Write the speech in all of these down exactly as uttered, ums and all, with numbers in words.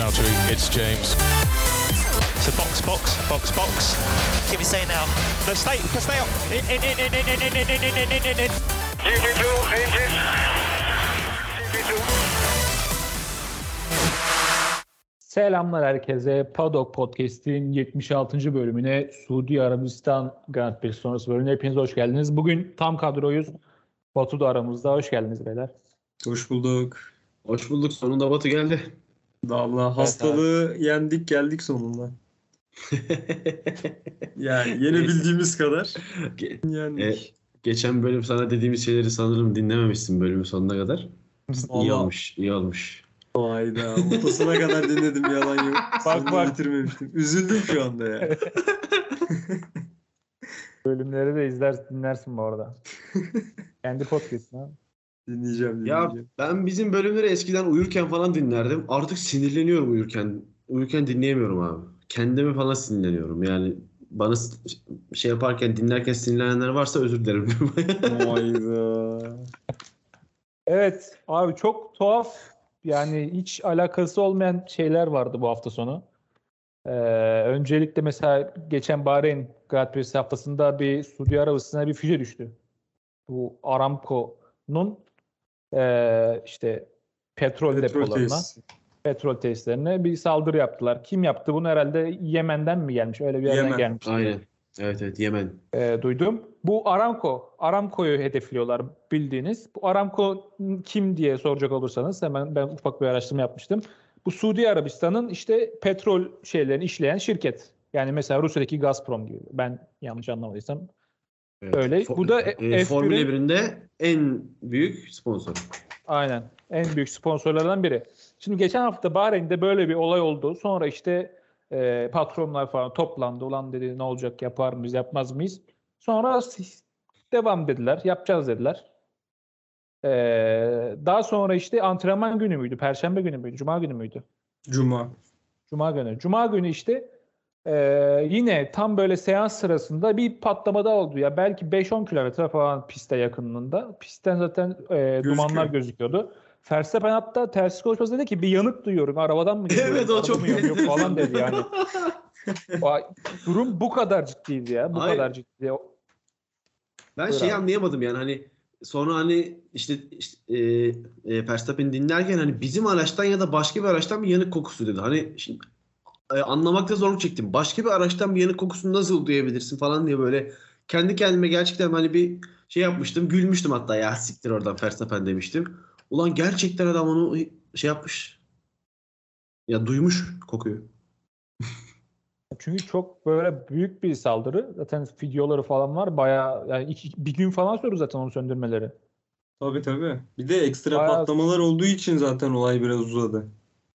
Valtteri, it's James. So box, box, box, box. Give me say now. Let's stay, let's stay up. In, in, in, in, in, in, in, in, in, in, in, in. G P two, engine. G P two. Selamlar herkese. Paddock Podcast'in yetmiş altıncı bölümüne, Suudi Arabistan Grand Prix sonrası bölümüne hepiniz hoş geldiniz. Bugün tam kadroyuz. Batu da aramızda. Hoş geldiniz beyler. Hoş bulduk. Hoş bulduk. Sonunda Batu geldi. Vallahi hastalığı evet, yendik geldik sonunda. Yani yenebildiğimiz kadar yendik. E, geçen bölüm sana dediğimiz şeyleri sanırım dinlememişsin bölümün sonuna kadar. Vallahi... İyi olmuş, iyi olmuş. Hayda, ortasına kadar dinledim, yalan yok. Bak bak. Bitirmemiştim. Üzüldüm şu anda ya. Bölümleri de izler dinlersin bu arada. Kendi podcast'ın ha. Dinleyeceğim, ya dinleyeceğim. Ben bizim bölümleri eskiden uyurken falan dinlerdim. Artık sinirleniyorum uyurken. Uyurken dinleyemiyorum abi. Kendime falan sinirleniyorum. Yani bana şey yaparken, dinlerken sinirlenenler varsa özür dilerim. Hayda. Evet abi, çok tuhaf, yani hiç alakası olmayan şeyler vardı bu hafta sonu. Ee, öncelikle mesela geçen Bahreyn Grand Prix haftasında bir Suudi Arabistan'a bir füze düştü. Bu Aramco'nun e, işte petrol, petrol depolarına, tesis. petrol tesislerine bir saldırı yaptılar. Kim yaptı bunu? Herhalde Yemen'den mi gelmiş? Öyle bir yerden Yemen. gelmiş. Aynen. Evet evet Yemen. E, duydum. Bu Aramco. Aramco'yu hedefliyorlar bildiğiniz. Bu Aramco kim diye soracak olursanız hemen ben ufak bir araştırma yapmıştım. Bu Suudi Arabistan'ın işte petrol şeylerini işleyen şirket. Yani mesela Rusya'daki Gazprom gibi. Ben yanlış anlamadıysam. Evet. Öyle. For, Bu da e, Formula birinde en büyük sponsor. Aynen. En büyük sponsorlardan biri. Şimdi geçen hafta Bahreyn'de böyle bir olay oldu. Sonra işte e, patronlar falan toplandı. Ulan dedi, ne olacak, yapar mıyız yapmaz mıyız? Sonra devam dediler. Yapacağız dediler. E, daha sonra işte antrenman günü müydü? Perşembe günü müydü? Cuma günü müydü? Cuma. Cuma günü. Cuma günü işte e, yine tam böyle seans sırasında bir patlama da oldu. Ya belki beş on kilometre falan piste yakınlığında. Pistten zaten e, dumanlar gözüküyordu. Verstappen hatta tersi konuşması dedi ki bir yanık duyuyorum. Arabadan mı geliyor? Evet, o çok yanıyor falan dedi yani. Durum bu kadar ciddiydi ya. Bu Hayır. kadar ciddi. Ben Buyur şeyi abi. anlayamadım yani hani sonra hani işte, işte e, e, Verstappen'i dinlerken hani bizim araçtan ya da başka bir araçtan bir yanık kokusu dedi. Hani şimdi e, anlamakta zorluk çektim. Başka bir araçtan bir yanık kokusunu nasıl duyabilirsin falan diye böyle kendi kendime gerçekten hani bir şey yapmıştım. Gülmüştüm hatta, ya siktir oradan Verstappen demiştim. Ulan gerçekten adam onu şey yapmış. Ya duymuş kokuyu. Çünkü çok böyle büyük bir saldırı. Zaten videoları falan var. Bayağı yani iki, bir gün falan sürdü zaten onu söndürmeleri. Tabii tabii. Bir de ekstra Bayağı... patlamalar olduğu için zaten olay biraz uzadı.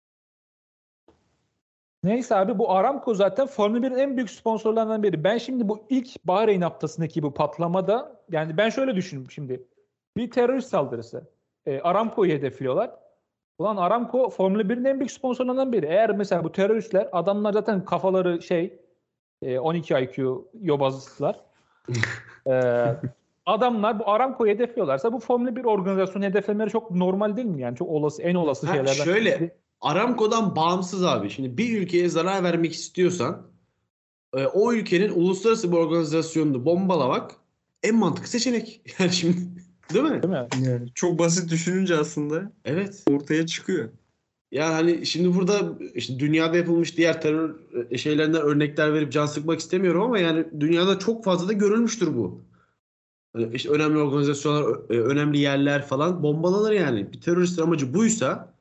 Neyse abi, bu Aramco zaten Formula bir'in en büyük sponsorlarından biri. Ben şimdi bu ilk Bahreyn haftasındaki bu patlamada, yani ben şöyle düşündüm şimdi. Bir terörist saldırısı. E, Aramco'yu hedefliyorlar. Ulan Aramco Formula bir'in en büyük sponsorlarından biri. Eğer mesela bu teröristler, adamlar zaten kafaları şey e, on iki I Q yobazlar. e, adamlar bu Aramco'yu hedefliyorlarsa bu Formula bir organizasyonu hedeflemeleri çok normal değil mi? Yani çok olası, en olası Ha, şeylerden. şöyle Aramco'dan bağımsız abi. Şimdi bir ülkeye zarar vermek istiyorsan e, o ülkenin uluslararası bir organizasyonunu bombalamak en mantıklı seçenek. Yani şimdi değil mi? Değil mi? Yani çok basit düşününce aslında Evet. ortaya çıkıyor. Yani hani şimdi burada işte dünyada yapılmış diğer terör şeylerinden örnekler verip can sıkmak istemiyorum ama yani dünyada çok fazla da görülmüştür bu. Yani işte önemli organizasyonlar, önemli yerler falan bombalanır yani. Bir teröristin amacı buysa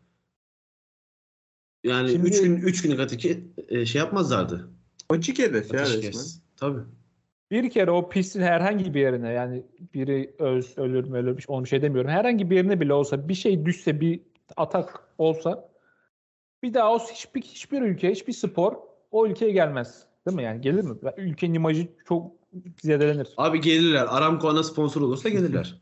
yani Şimdi- üç gün üç güne kadar ki şey yapmazlardı. Açık hedef ya Ateşkes. resmen. Tabii. Bir kere o pistin herhangi bir yerine, yani biri öz, ölür mü ölür onu bir şey demiyorum. Herhangi bir yerine bile olsa bir şey düşse, bir atak olsa bir daha o hiçbir, hiçbir ülke, hiçbir spor o ülkeye gelmez. Değil mi yani? Gelir mi? Ülkenin imajı çok zedelenir. Abi gelirler. Aramco ana sponsor olursa gelirler.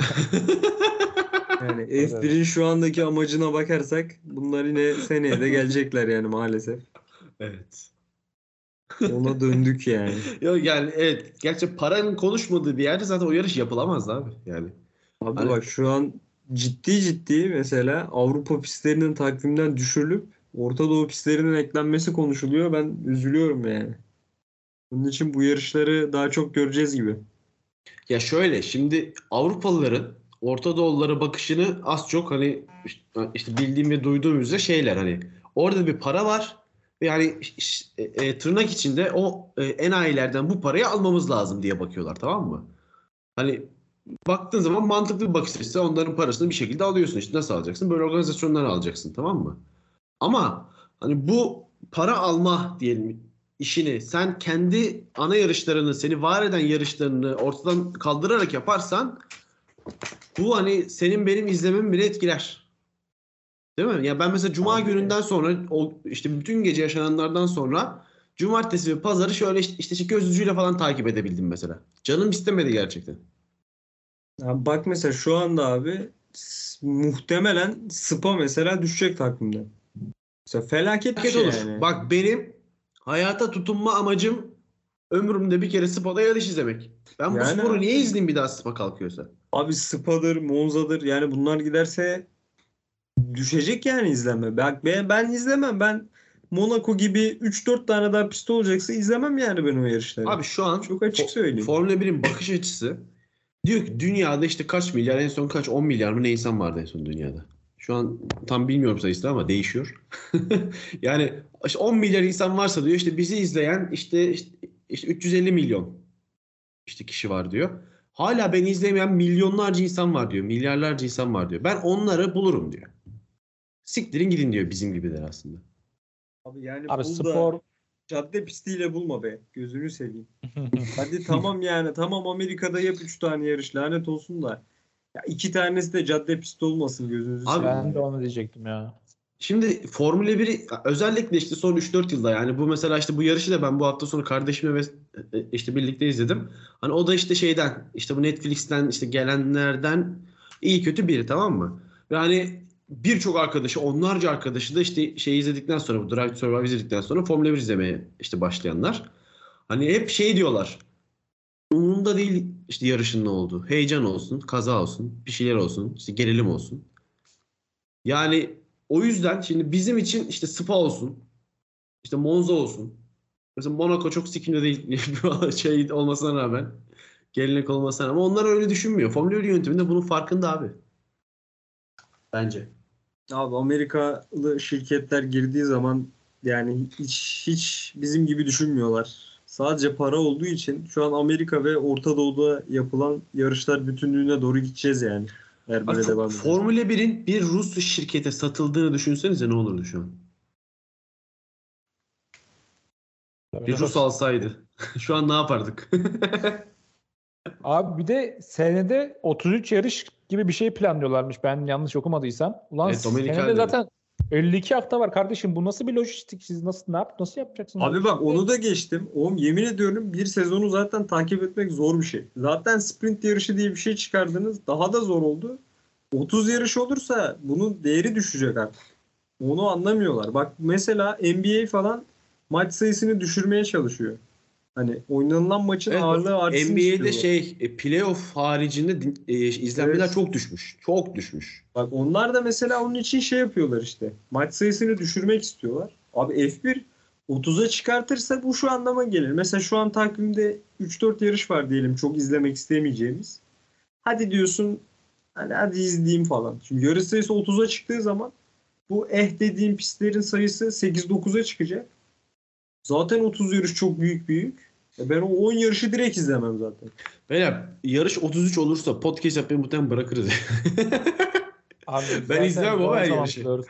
Yani F bir'in şu andaki amacına bakarsak bunlar yine seneye de gelecekler yani maalesef. Evet. Ona döndük yani. Yok yani evet. Gerçi paranın konuşmadığı bir yerde zaten o yarış yapılamaz abi. Yani. Abi Hani- bak şu an ciddi ciddi mesela Avrupa pistlerinin takvimden düşürülüp Orta Doğu pistlerinin eklenmesi konuşuluyor. Ben üzülüyorum yani. Bunun için bu yarışları daha çok göreceğiz gibi. Ya şöyle, şimdi Avrupalıların Orta Doğululara bakışını az çok hani işte, işte bildiğim ve duyduğum üzere şeyler, hani orada bir para var ve yani e, e, tırnak içinde o e, enayilerden bu parayı almamız lazım diye bakıyorlar, tamam mı? Hani baktığın zaman mantıklı bir bakış açısı, onların parasını bir şekilde alıyorsun. İşte nasıl alacaksın? Böyle organizasyonları alacaksın, tamam mı? Ama hani bu para alma diyelim işini sen kendi ana yarışlarını, seni var eden yarışlarını ortadan kaldırarak yaparsan bu hani senin benim izlememi bile etkiler. Değil mi? Ya ben mesela Cuma Abi. gününden sonra o işte bütün gece yaşananlardan sonra Cumartesi ve Pazarı şöyle işte, işte göz ucuyla falan takip edebildim mesela. Canım istemedi gerçekten. Ya bak mesela şu anda abi s- muhtemelen Spa mesela düşecek takvimden. Mesela felaket bir Felaket şey olur. yani. Bak benim hayata tutunma amacım ömrümde bir kere Spa'da yarış izlemek. Ben bu Yani sporu abi. niye izleyeyim bir daha Spa kalkıyorsa? Abi Spa'dır, Monza'dır yani bunlar giderse düşecek yani izlenme. Bak ben, ben izlemem. Ben Monaco gibi üç dört tane daha pist olacaksa izlemem yani ben o yarışları. Abi şu an Çok açık Fo- söyleyeyim. Formula birin bakış açısı diyor ki dünyada işte kaç milyar, en son kaç on milyar mı ne insan vardı en son dünyada. Şu an tam bilmiyorum sayısını ama değişiyor. Yani işte on milyar insan varsa diyor, işte bizi izleyen işte işte, işte üç yüz elli milyon işte kişi var diyor. Hala beni izlemeyen milyonlarca insan var diyor. Milyarlarca insan var diyor. Ben onları bulurum diyor. Siktirin gidin diyor, bizim gibiler aslında. Abi yani Abi bul da spor cadde pistiyle bulma be. Gözünü seveyim. Hadi tamam yani tamam Amerika'da yap üç tane yarış lanet olsun da. Ya iki tanesi de cadde pisti olmasın gözünüzü Abi, seveyim. ben de ya. onu diyecektim ya. Şimdi Formula biri özellikle işte son üç dört yılda, yani bu mesela işte bu yarışı da ben bu hafta sonu kardeşimle ve e, işte birlikte izledim. Hani o da işte şeyden, işte bu Netflix'ten işte gelenlerden iyi kötü biri, tamam mı? Ve hani birçok arkadaşı, onlarca arkadaşı da işte şey izledikten sonra, bu Drive to Survive izledikten sonra Formula bir izlemeye işte başlayanlar. Hani hep şey diyorlar. Umurumda değil işte yarışın ne oldu. Heyecan olsun, kaza olsun, bir şeyler olsun, işte gerilim olsun. Yani o yüzden şimdi bizim için işte Spa olsun, işte Monza olsun. Mesela Monaco çok sikimde değil şey olmasına rağmen, gelenek olmasına rağmen, ama onlar öyle düşünmüyor. Formula bir yönetiminde bunun farkında abi. Bence. Abi Amerikalı şirketler girdiği zaman yani hiç hiç bizim gibi düşünmüyorlar. Sadece para olduğu için şu an Amerika ve Orta Doğu'da yapılan yarışlar bütünlüğüne doğru gideceğiz yani. Eğer Abi, böyle Fo- devam eder. Formula birin bir Rus şirkete satıldığını düşünsenize ne olurdu şu an? Bir Rus alsaydı. Şu an ne yapardık? Abi bir de senede otuz üç yarış gibi bir şey planlıyorlarmış ben yanlış okumadıysam. Ulan Evet, Dominik senede Halil. zaten elli iki hafta var kardeşim. Bu nasıl bir lojistik? Siz nasıl ne yap nasıl yapacaksınız? Abi bak onu da geçtim. Oğlum yemin ediyorum bir sezonu zaten takip etmek zor bir şey. Zaten sprint yarışı diye bir şey çıkardınız. Daha da zor oldu. otuz yarış olursa bunun değeri düşecek artık. Onu anlamıyorlar. Bak mesela N B A falan maç sayısını düşürmeye çalışıyor. Hani oynanılan maçın Evet, ağırlığı artsın N B A'de istiyorlar. şey e, playoff haricinde din- e, izlenmeler Evet. çok düşmüş. Çok düşmüş. Bak onlar da mesela onun için şey yapıyorlar işte. Maç sayısını düşürmek istiyorlar. Abi F bir otuza çıkartırsa bu şu anlama gelir. Mesela şu an takvimde üç dört yarış var diyelim çok izlemek istemeyeceğimiz. Hadi diyorsun hani hadi izleyeyim falan. Şimdi yarış sayısı otuza çıktığı zaman bu eh dediğim pistlerin sayısı sekiz dokuza çıkacak. Zaten otuz yarış çok büyük büyük. E Ben o on yarışı direkt izlemem zaten. Beyler yarış otuz üç olursa podcast yapmayı muhtemelen bırakırız. Abi Ben zaten izlemem ama doğru her zaman yarışı. buluyoruz.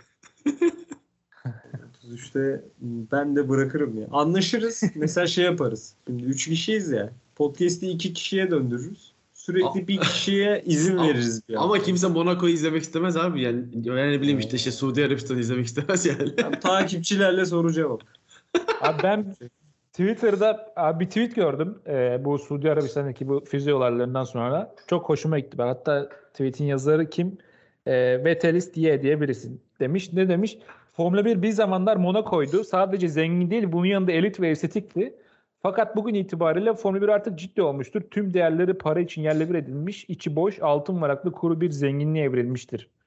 otuz üçte ben de bırakırım ya. Anlaşırız. Mesela şey yaparız. Şimdi üç kişiyiz ya. Podcast'i iki kişiye döndürürüz. Sürekli bir kişiye izin Ama- veririz. Bir Ama hafta. kimse Monaco'yu izlemek istemez abi. Yani yani ne bileyim işte şey Suudi Arabistan'ı izlemek istemez yani. Tam takipçilerle soru cevap. Abi ben Twitter'da abi bir tweet gördüm. Ee, bu Suudi Arabistan'daki bu füze olaylarından sonra. Çok hoşuma gitti. Ben hatta tweet'in yazarı kim? Ee, Vetelis diye diye birisi demiş. Ne demiş? Formula bir bir zamanlar Monaco'ydu. Sadece zengin değil, bunun yanında elit ve estetikti. Fakat bugün itibariyle Formula bir artık ciddi olmuştur. Tüm değerleri para için yerle bir edilmiş, içi boş, altın varaklı kuru bir zenginliğe evrilmiştir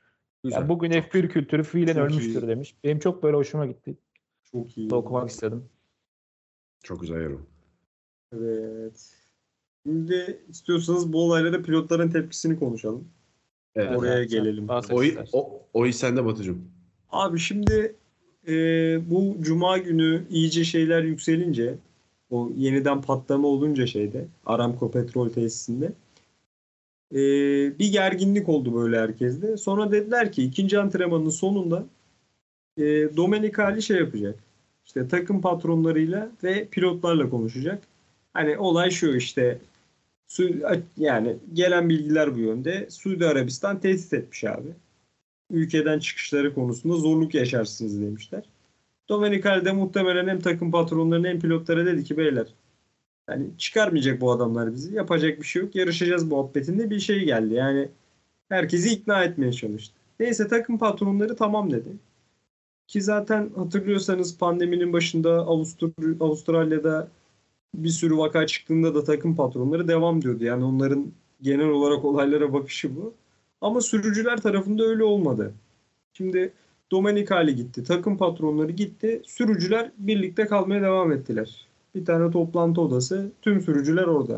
Güzel. Yani bugün F bir kültürü fiilen Çok ölmüştür iyi. demiş. Benim çok böyle hoşuma gitti. Çok iyi. Bunu okumak istedim. Çok güzel yorum. Evet. Şimdi istiyorsanız bu olaylara pilotların tepkisini konuşalım. Evet. Oraya sen gelelim. bahset Oy, istersen. o, oy sende Batucuğum. Abi şimdi e, bu cuma günü iyice şeyler yükselince, o yeniden patlama olunca şeyde, Aramco petrol tesisinde e, bir gerginlik oldu böyle herkeste. Sonra dediler ki ikinci antrenmanın sonunda e, Domenicali şey yapacak. İşte takım patronlarıyla ve pilotlarla konuşacak. Hani olay şu işte, Su- yani gelen bilgiler bu yönde. Suudi Arabistan tehdit etmiş abi. Ülkeden çıkışları konusunda zorluk yaşarsınız demişler. Domenicali de muhtemelen hem takım patronlarına hem pilotlara dedi ki beyler, yani çıkarmayacak bu adamlar bizi. Yapacak bir şey yok. Yarışacağız muhabbetinde bir şey geldi. Yani herkesi ikna etmeye çalıştı. Neyse takım patronları tamam dedi. Ki zaten hatırlıyorsanız pandeminin başında Avustur- Avustralya'da bir sürü vaka çıktığında da takım patronları devam diyordu. Yani onların genel olarak olaylara bakışı bu. Ama sürücüler tarafında öyle olmadı. Şimdi Domenicali gitti, takım patronları gitti, sürücüler birlikte kalmaya devam ettiler. Bir tane toplantı odası, tüm sürücüler orada.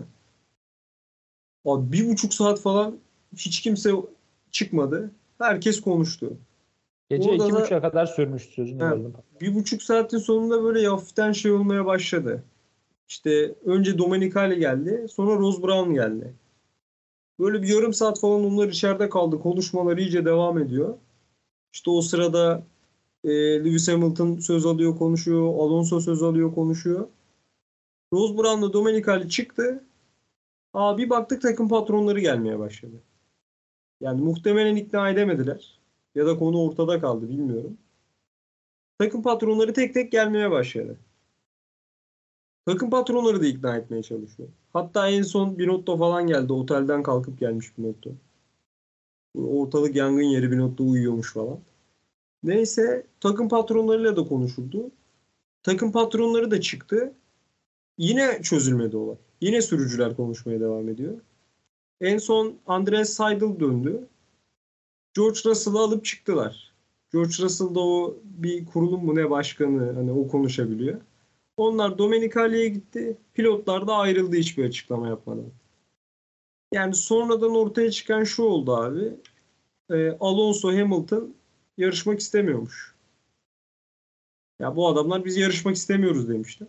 Abi bir buçuk saat falan hiç kimse çıkmadı. Herkes konuştu. Gece Orada iki da- buçuğa kadar sürmüştü sözünü Ha, böldüm. bir buçuk saatin sonunda böyle hafiften şey olmaya başladı. İşte önce Domenicali geldi, sonra Ross Brown geldi. Böyle bir yarım saat falan onlar içeride kaldı. Konuşmalar iyice devam ediyor. İşte o sırada e, Lewis Hamilton söz alıyor, konuşuyor. Alonso söz alıyor, konuşuyor. Ross Brown'la Domenicali çıktı. Aa, bir baktık takım patronları gelmeye başladı. Yani muhtemelen ikna edemediler. Ya da konu ortada kaldı, bilmiyorum. Takım patronları tek tek gelmeye başladı. Takım patronları da ikna etmeye çalışıyor. Hatta en son Binotto falan geldi. Otelden kalkıp gelmiş Binotto. Ortalık yangın yeri, Binotto uyuyormuş falan. Neyse takım patronlarıyla da konuşuldu. Takım patronları da çıktı. Yine çözülmedi olay. Yine sürücüler konuşmaya devam ediyor. En son Andreas Seidel döndü. George Russell'ı alıp çıktılar. George Russell da o bir kurulum mu ne başkanı, hani o konuşabiliyor. Onlar Domenicali'ye gitti. Pilotlar da ayrıldı hiçbir açıklama yapmadan. Yani sonradan ortaya çıkan şu oldu abi. E, Alonso, Hamilton yarışmak istemiyormuş. Ya bu adamlar biz yarışmak istemiyoruz demişler.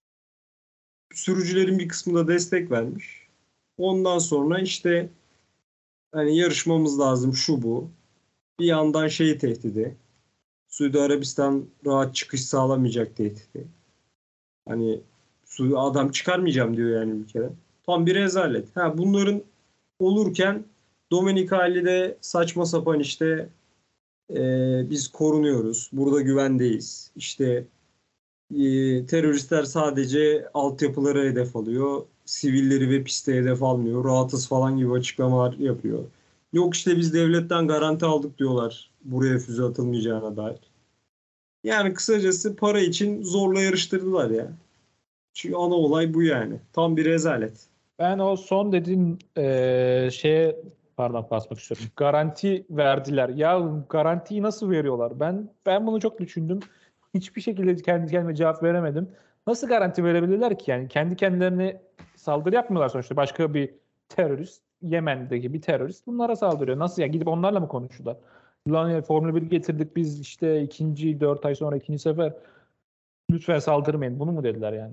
Sürücülerin bir kısmı da destek vermiş. Ondan sonra işte hani yarışmamız lazım şu bu. Bir yandan şeyi tehdidi. Suudi Arabistan rahat çıkış sağlamayacak tehdidi. Hani su adam çıkarmayacağım diyor yani ülkeden. Tam bir rezalet. Ha, bunların olurken Domenicali de saçma sapan işte e, biz korunuyoruz. Burada güvendeyiz. İşte e, teröristler sadece altyapıları hedef alıyor. Sivilleri ve piste hedef almıyor. Rahatız falan gibi açıklamalar yapıyor. Yok işte biz devletten garanti aldık diyorlar buraya füze atılmayacağına dair. Yani kısacası para için zorla yarıştırdılar ya. Çünkü ana olay bu yani. Tam bir rezalet. Ben o son dediğin eee şeye pardon basmak istiyorum. Garanti verdiler. Ya garantiyi nasıl veriyorlar? Ben ben bunu çok düşündüm. Hiçbir şekilde kendi kendime cevap veremedim. Nasıl garanti verebilirler ki? Yani kendi kendilerine saldırı yapmıyorlar sonuçta. Başka bir terörist, Yemen'deki bir terörist bunlara saldırıyor. Nasıl ya? Gidip onlarla mı konuştular? Lan ya Formula bir getirdik biz işte ikinci dört ay sonra ikinci sefer lütfen saldırmayın. Bunu mu dediler yani?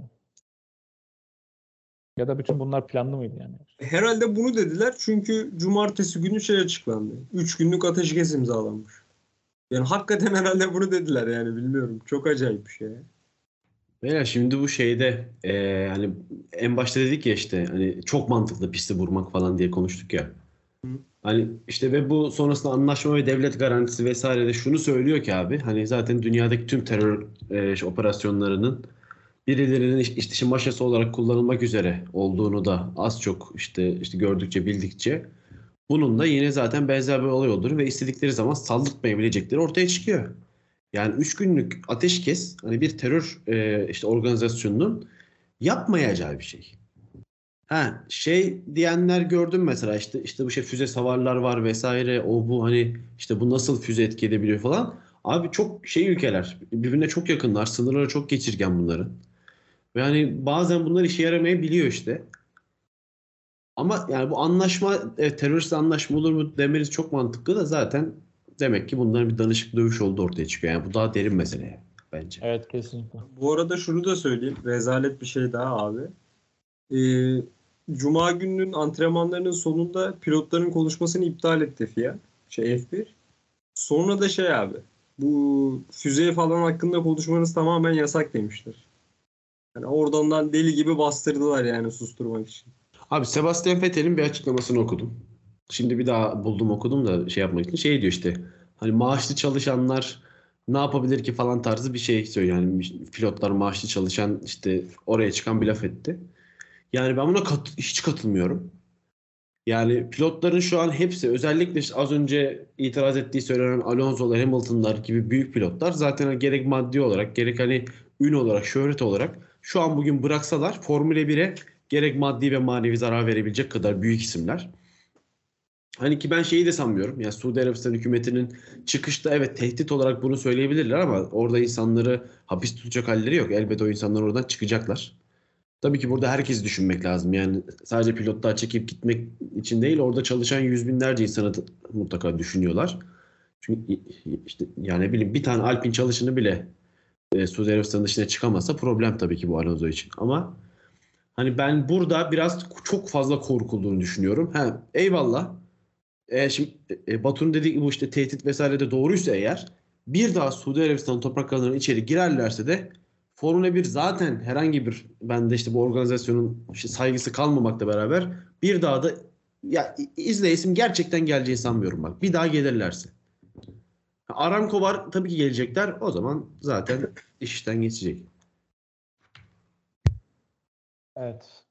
Ya da bütün bunlar planlı mıydı yani? Herhalde bunu dediler çünkü cumartesi günü şey açıklandı. üç günlük ateşkes imzalanmış. Yani hakikaten herhalde bunu dediler yani, bilmiyorum. Çok acayip bir şey. Beyler şimdi bu şeyde e, hani en başta dedik ya işte hani çok mantıklı pisti vurmak falan diye konuştuk ya. Hı. Hani işte ve bu sonrasında anlaşma ve devlet garantisi vesaire de şunu söylüyor ki abi hani zaten dünyadaki tüm terör e, işte operasyonlarının birilerinin iş, iş dışı maşası olarak kullanılmak üzere olduğunu da az çok işte işte gördükçe bildikçe bunun da yine zaten benzer bir olay olduğunu ve istedikleri zaman saldırtmayabilecekleri ortaya çıkıyor. Yani üç günlük ateşkes hani bir terör e, işte organizasyonunun yapmayacağı bir şey. Ha şey diyenler gördüm mesela işte işte bu şey füze savarlar var vesaire o bu hani işte bu nasıl füze etki edebiliyor falan. Abi çok şey ülkeler birbirine çok yakınlar sınırları çok geçirgen bunların. Ve hani bazen bunlar işe yaramayabiliyor işte. Ama yani bu anlaşma evet, terörist anlaşma olur mu demeniz çok mantıklı da zaten demek ki bunların bir danışık dövüş olduğu ortaya çıkıyor. Yani bu daha derin mesele bence. Evet, kesinlikle. Bu arada şunu da söyleyeyim. Rezalet bir şey daha abi. Ee, Cuma gününün antrenmanlarının sonunda pilotların konuşmasını iptal etti F I A. Şey F bir. Sonra da şey abi. Bu füze falan hakkında konuşmanız tamamen yasak demişler. Yani oradan deli gibi bastırdılar yani susturmak için. Abi Sebastian Vettel'in bir açıklamasını okudum. Şimdi bir daha buldum okudum da şey yapmak için. Şey diyor işte hani maaşlı çalışanlar ne yapabilir ki falan tarzı bir şey söylüyor. Yani pilotlar maaşlı çalışan işte oraya çıkan bir laf etti. Yani ben buna kat, hiç katılmıyorum. Yani pilotların şu an hepsi özellikle işte az önce itiraz ettiği söylenen Alonso'lar, Hamilton'lar gibi büyük pilotlar zaten gerek maddi olarak gerek hani ün olarak, şöhret olarak şu an bugün bıraksalar Formula bire gerek maddi ve manevi zarar verebilecek kadar büyük isimler. Hani ki ben şeyi de sanmıyorum. Yani Suudi Arabistan hükümetinin çıkışta evet tehdit olarak bunu söyleyebilirler ama orada insanları hapis tutacak halleri yok. Elbette o insanlar oradan çıkacaklar. Tabii ki burada herkesi düşünmek lazım. Yani sadece pilotlar çekip gitmek için değil, orada çalışan yüz binlerce insanı da mutlaka düşünüyorlar. Çünkü işte yani ne bileyim bir tane Alpine çalışanı bile e, Suudi Arabistan'ın dışına çıkamazsa problem tabii ki bu Alonso için. Ama hani ben burada biraz çok fazla korkulduğunu düşünüyorum. Ha, eyvallah. E, şimdi e, Batu'nun dediği bu işte tehdit vesaire de doğruysa eğer bir daha Suudi Arabistan topraklarına içeri girerlerse de Formula bir zaten herhangi bir bende işte bu organizasyonun işte saygısı kalmamakla beraber bir daha da ya izleyesim gerçekten geleceğini sanmıyorum bak. Bir daha gelirlerse. Aramco var tabii ki gelecekler. O zaman zaten iş işten geçecek. Evet.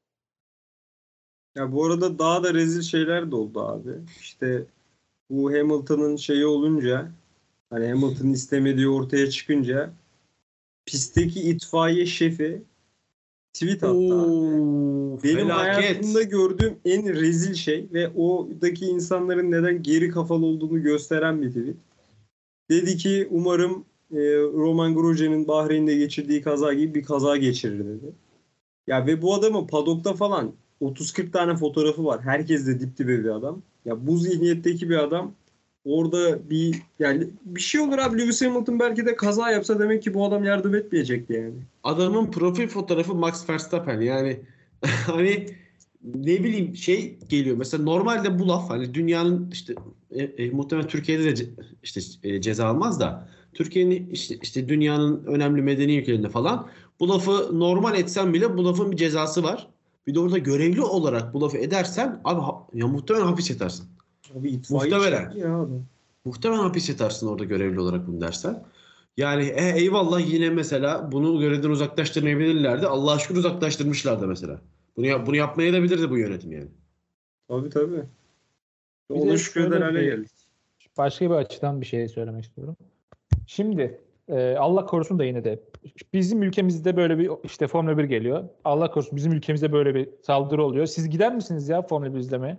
Ya bu arada daha da rezil şeyler de oldu abi. İşte bu Hamilton'ın şeyi olunca hani Hamilton'ın istemediği ortaya çıkınca pistteki itfaiye şefi tweet attı abi. Oo, Benim felaket. hayatımda gördüğüm en rezil şey ve oradaki insanların neden geri kafalı olduğunu gösteren bir tweet. Dedi ki umarım e, Romain Grosjean'ın Bahreyn'de geçirdiği kaza gibi bir kaza geçirir dedi. Ya ve bu adamın padokta falan otuz kırk tane fotoğrafı var. Herkes de dip dibe bir adam. Ya bu zihniyetteki bir adam orada bir yani bir şey olur abi. Lewis Hamilton belki de kaza yapsa demek ki bu adam yardım etmeyecekti yani. Adamın profil fotoğrafı Max Verstappen yani hani ne bileyim şey geliyor mesela normalde bu laf hani dünyanın işte e, e, muhtemelen Türkiye'de de ce- işte e, ceza almaz da Türkiye'nin işte, işte dünyanın önemli medeni ülkelerinde falan bu lafı normal etsen bile bu lafın bir cezası var. Bir de orada görevli olarak bu lafı edersen abi ha- ya muhtemelen hapis yatarsın. Abi itfaiye Muhtemelen. şefi ya adam. Muhtemelen hapis yatarsın orada görevli olarak bunu dersen. Yani e, eyvallah yine mesela bunu görevden uzaklaştırmayabilirlerdi. Allah'a şükür uzaklaştırmışlardı mesela. Bunu, yap- bunu yapmaya da bilirdi bu yönetim yani. Tabii tabii. Bir Ona de şükreder şöyle hale bir- geldik. Başka bir açıdan bir şey söylemek istiyorum. Şimdi e, Allah korusun da yine de bizim ülkemizde böyle bir işte Formula bir geliyor. Allah korusun bizim ülkemizde böyle bir saldırı oluyor. Siz gider misiniz ya Formula bir izlemeye?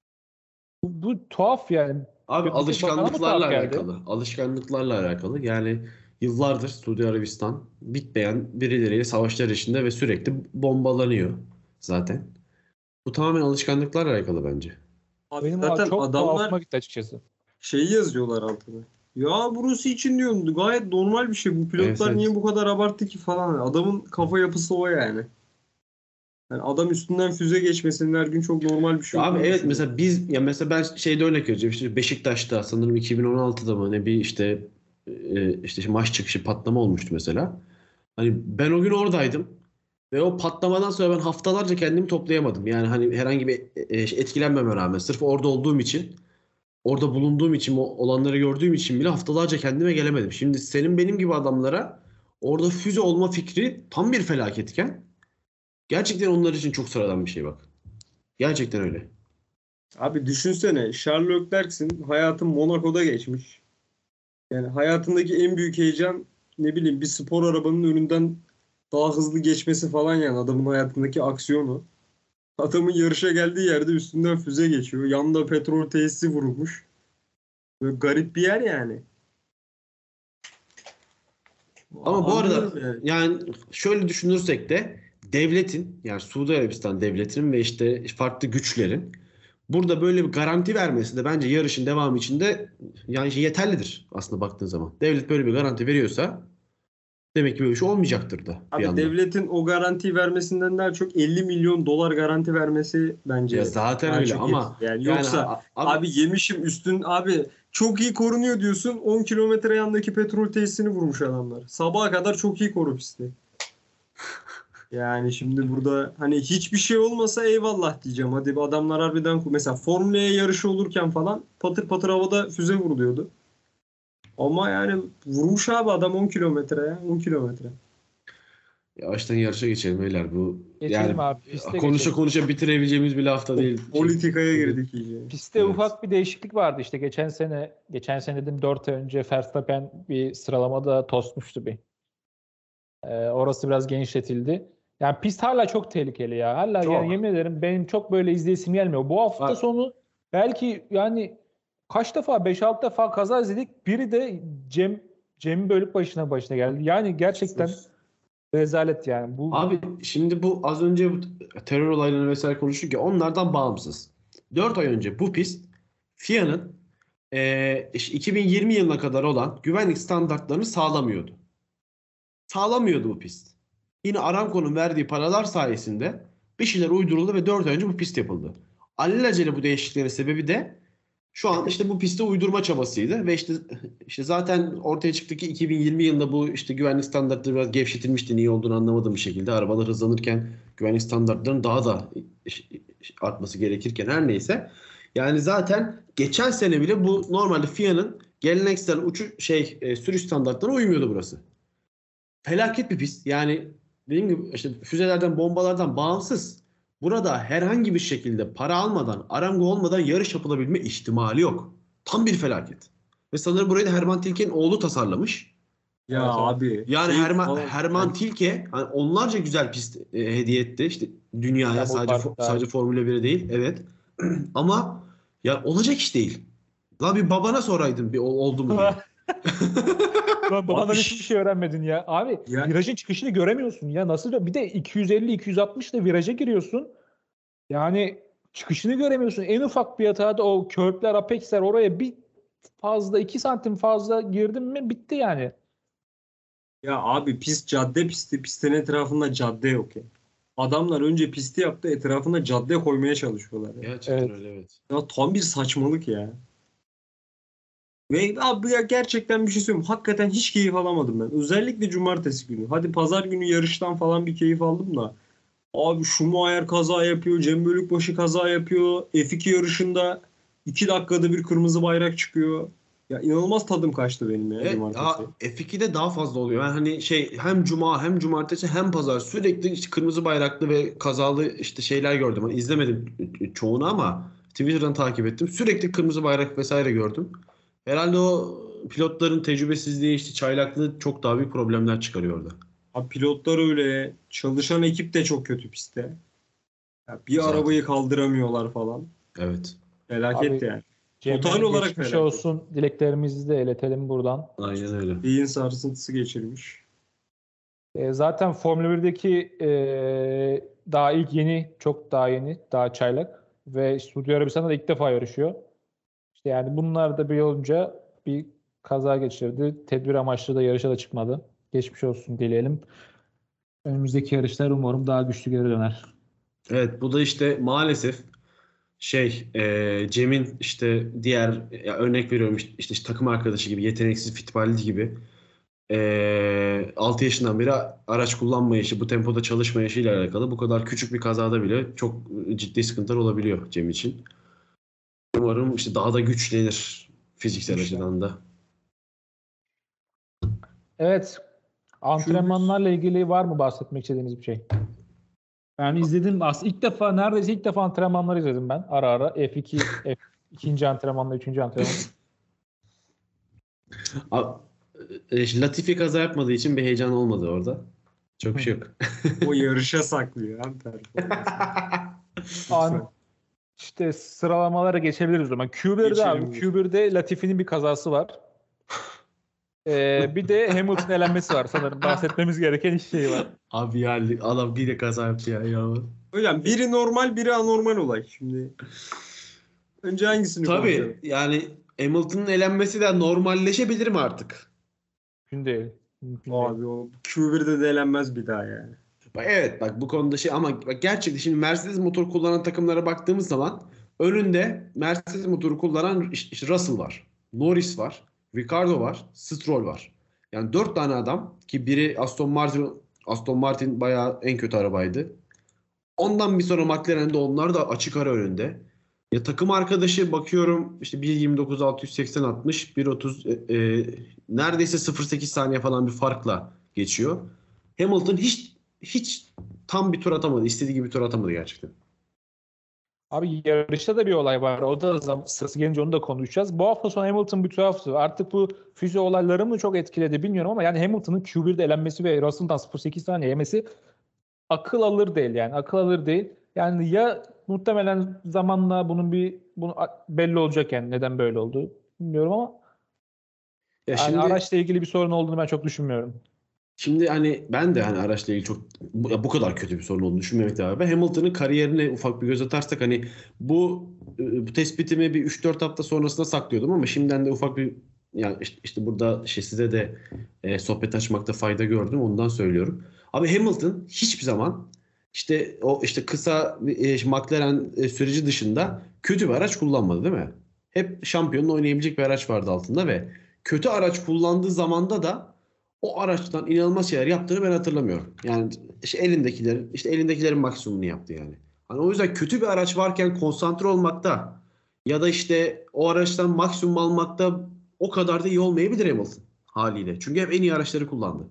Bu, bu tuhaf yani. Abi Bir- bana mı alışkanlıklarla tuhaf geldi? alakalı. Alışkanlıklarla alakalı. Yani yıllardır Suudi Arabistan bitmeyen birileriyle savaşlar içinde ve sürekli bombalanıyor zaten. Bu tamamen alışkanlıklarla alakalı bence. Abi Benim zaten çok adamlar tuhafıma gitti açıkçası. şeyi yazıyorlar altına. Ya burası için diyorsun gayet normal bir şey. Bu pilotlar Evet, evet. niye bu kadar abarttı ki falan. Adamın kafa yapısı o yani. Yani adam üstünden füze geçmesinin her gün çok normal bir şey Ya abi olduğunu evet düşünüyor. mesela biz ya mesela ben şeyde örnek vereceğim işte Beşiktaş'ta sanırım iki bin on altıda mı ne bir işte e, işte maç çıkışı patlama olmuştu mesela. Hani ben o gün oradaydım ve o patlamadan sonra ben haftalarca kendimi toplayamadım. Yani hani herhangi bir e, etkilenmeme rağmen sırf orada olduğum için orada bulunduğum için o olanları gördüğüm için bile haftalarca kendime gelemedim. Şimdi senin benim gibi adamlara orada füze olma fikri tam bir felaketken gerçekten onlar için çok sıradan bir şey bak. Gerçekten öyle. Abi düşünsene Charles Leclerc'sin hayatın Monaco'da geçmiş. Yani hayatındaki en büyük heyecan ne bileyim bir spor arabanın önünden daha hızlı geçmesi falan yani adamın hayatındaki aksiyonu. Adamın yarışa geldiği yerde üstünden füze geçiyor. Yanında petrol tesisi vurulmuş. Böyle garip bir yer yani. Ama bu arada Anlıyorum yani. yani şöyle düşünürsek de devletin, yani Suudi Arabistan devletinin ve işte farklı güçlerin burada böyle bir garanti vermesi de bence yarışın devamı için de yani yeterlidir aslında baktığın zaman. Devlet böyle bir garanti veriyorsa demek ki böyle bir şey olmayacaktır da bir Abi yandan. devletin o garantiyi vermesinden daha çok elli milyon dolar garanti vermesi bence. Ya zaten daha öyle çok ama etkili. yani yani yoksa a- abi, abi yemişim üstün abi çok iyi korunuyor diyorsun. on kilometre yandaki petrol tesisini vurmuş adamlar. Sabaha kadar çok iyi koru pisti. Yani şimdi burada hani hiçbir şey olmasa eyvallah diyeceğim. Hadi bu adamlar harbiden mesela Formula E yarışı olurken falan patır patır havada füze vuruluyordu. Ama yani vurmuş abi adam on kilometre ya. on kilometre. yavaştan yarışa geçelim beyler. Bu Geçelim yani abi, piste konuşa geçelim. konuşa bitirebileceğimiz bir hafta değil. Politikaya girdik iyice. Piste Evet. ufak bir değişiklik vardı işte geçen sene. Geçen sene dedim dört ay önce Verstappen bir sıralamada tosmuştu bir. Ee, orası biraz genişletildi. Yani pist hala çok tehlikeli ya. Hala Çok. yani yemin ederim benim çok böyle izleyesim gelmiyor. Bu hafta Var. sonu belki yani kaç defa beş altı defa kaza izledik. Biri de Cem Cem'in bölük başına başına geldi. Yani gerçekten rezalet yani. Bu Abi şimdi bu az önce bu terör olaylarını vesaire konuştuk ya onlardan bağımsız. dört ay önce bu pist F I A'nın eee, işte iki bin yirmi yılına kadar olan güvenlik standartlarını sağlamıyordu. Sağlamıyordu bu pist. Yine Aramco'nun verdiği paralar sayesinde bir şeyler uyduruldu ve dört ay önce bu pist yapıldı. Alelacele bu değişikliklerin sebebi de şu an işte bu pisti uydurma çabasıydı ve işte işte zaten ortaya çıktı ki iki bin yirmi yılında bu işte güvenlik standartları biraz gevşetilmişti. Niye olduğunu anlamadığım bir şekilde. Arabalar hızlanırken güvenlik standartlarının daha da artması gerekirken her neyse. Yani zaten geçen sene bile bu normalde F I A'nın geleneksel uçuş şey e, sürüş standartlarına uymuyordu burası. Felaket bir pist. Yani dediğim gibi işte füzelerden, bombalardan bağımsız. Burada herhangi bir şekilde para almadan, Aramco olmadan yarış yapılabilme ihtimali yok. Tam bir felaket. Ve sanırım burayı da Herman Tilke'nin oğlu tasarlamış. Ya Evet, evet. abi. Yani şey Herman, falan- Herman Tilke hani onlarca güzel pist e, hediye etti. İşte dünyaya Ya bu sadece fo- parkta- sadece Formula bire değil. Evet. Ama ya olacak iş değil. La bir babana soraydın bir ol- oldu mu diye. Lan babandan Abi, hiçbir şey öğrenmedin ya. Abi Ya- virajın çıkışını göremiyorsun ya. Nasıl? Bir de iki yüz elli iki yüz altmış ile viraja giriyorsun. Yani çıkışını göremiyorsun. En ufak bir hatada o körpler, apexler oraya bir fazla iki santim fazla girdin mi bitti yani. Ya abi pist cadde pisti. Pistin etrafında cadde yok ya. Adamlar önce pisti yaptı etrafına cadde koymaya çalışıyorlar. Ya, Gerçekten Evet. öyle evet. ya tam bir saçmalık ya. Ve abi ya gerçekten bir şey söyleyeyim. Hakikaten hiç keyif alamadım ben. Özellikle cumartesi günü. Hadi pazar günü yarıştan falan bir keyif aldım da. Abi Schumacher kaza yapıyor. Cem Bölükbaşı kaza yapıyor. F iki yarışında iki dakikada bir kırmızı bayrak çıkıyor. Ya inanılmaz tadım kaçtı benim ya Evet, cumartesi. daha F iki'de daha fazla oluyor. Yani hani şey hem cuma hem cumartesi hem pazar sürekli işte kırmızı bayraklı ve kazalı işte şeyler gördüm. Hani izlemedim çoğunu ama Twitter'dan takip ettim. Sürekli kırmızı bayrak vesaire gördüm. Herhalde o pilotların tecrübesizliği işte çaylaklığı çok daha büyük problemler çıkarıyor orada. Abi pilotlar öyle. Çalışan ekip de çok kötü pistte. Ya bir Zaten. arabayı kaldıramıyorlar falan. Evet. Felaket Abi, yani. Cem'e Total olarak geçmiş felaket. olsun dileklerimizi de iletelim buradan. Aynen öyle. Beyin sarsıntısı geçirmiş. E, zaten Formula birdeki e, daha ilk yeni, çok daha yeni, daha çaylak ve Suudi Arabistan'da da ilk defa yarışıyor. İşte yani bunlar da bir olunca bir kaza geçirdi. Tedbir amaçlı da yarışa da çıkmadı. Geçmiş olsun dileyelim. Önümüzdeki yarışlar umarım daha güçlü geri döner. Evet bu da işte maalesef şey e, Cem'in işte diğer ya örnek veriyorum işte, işte takım arkadaşı gibi yeteneksiz Fittipaldi gibi e, altı yaşından beri araç kullanmayışı bu tempoda çalışmayışıyla alakalı bu kadar küçük bir kazada bile çok ciddi sıkıntılar olabiliyor Cem için. Umarım işte daha da güçlenir fiziksel İnşallah. açıdan da. Evet. Antrenmanlarla ilgili var mı bahsetmek istediğiniz bir şey? Ben izledim. Aslında ilk defa neredeyse ilk defa antrenmanları izledim ben. Ara ara F iki, F ikinci antrenmanla üçüncü antrenman. A- e, Latifi kaza yapmadığı için bir heyecan olmadı orada. Çok bir şey yok. O yarışa saklıyor abi performansı. An, işte sıralamalara geçebiliriz o zaman. Q bir'de Geçelim abi. hocam. Q bir'de Latifi'nin bir kazası var. Ee, bir de Hamilton elenmesi var sanırım. Bahsetmemiz gereken iki şey var. Abi ya adam bir de kaza yaptı ya. ya. Hocam biri normal biri anormal olay şimdi. Önce hangisini konuşalım? Tabii yani Hamilton'ın elenmesi de normalleşebilir mi artık? Mümkün değil. Mümkün değil. Abi o Q bir'de de elenmez bir daha yani. Bak, evet bak bu konuda şey ama bak gerçekten şimdi Mercedes motor kullanan takımlara baktığımız zaman önünde Mercedes motoru kullanan işte işte Russell var, Norris var, Ricardo var, Stroll var. Yani dört tane adam ki biri Aston Martin, Aston Martin bayağı en kötü arabaydı. Ondan bir sonra McLaren'de onlar da açık ara önünde. Ya takım arkadaşı bakıyorum işte bir yirmi dokuz altı yüz seksen altmış bir otuz e, e, neredeyse sıfır virgül sekiz saniye falan bir farkla geçiyor. Hamilton hiç hiç tam bir tur atamadı. İstediği gibi bir tur atamadı gerçekten. Abi yarışta da bir olay var. O da zam- sırası gelince onu da konuşacağız. Bu hafta sonu Hamilton bir tuhaftı. Artık bu füze olayları mı çok etkiledi bilmiyorum ama yani Hamilton'ın Q bir'de elenmesi ve Russell'dan sıfır virgül sekiz saniye yemesi akıl alır değil yani. Akıl alır değil. Yani ya muhtemelen zamanla bunun bir bunu belli olacak yani neden böyle oldu bilmiyorum ama Ya yani şimdi araçla ilgili bir sorun olduğunu ben çok düşünmüyorum. şimdi hani ben de hani araçla ilgili çok bu, ya bu kadar kötü bir sorun olduğunu düşünmemekle beraber Hamilton'ın kariyerine ufak bir göz atarsak hani bu, e, bu tespitimi bir üç dört hafta sonrasında saklıyordum ama şimdiden de ufak bir yani işte, işte burada şey size de e, sohbet açmakta fayda gördüm ondan söylüyorum. Abi Hamilton hiçbir zaman işte o işte kısa e, McLaren e, süreci dışında kötü bir araç kullanmadı değil mi? Hep şampiyonla oynayabilecek bir araç vardı altında ve kötü araç kullandığı zamanda da o araçtan inanılmaz şeyler yaptığını ben hatırlamıyorum. Yani işte elindekilerin işte elindekilerin maksimumunu yaptı yani. Hani o yüzden kötü bir araç varken konsantre olmakta ya da işte o araçtan maksimum almakta o kadar da iyi olmayabilir Hamilton haliyle. Çünkü hep en iyi araçları kullandı.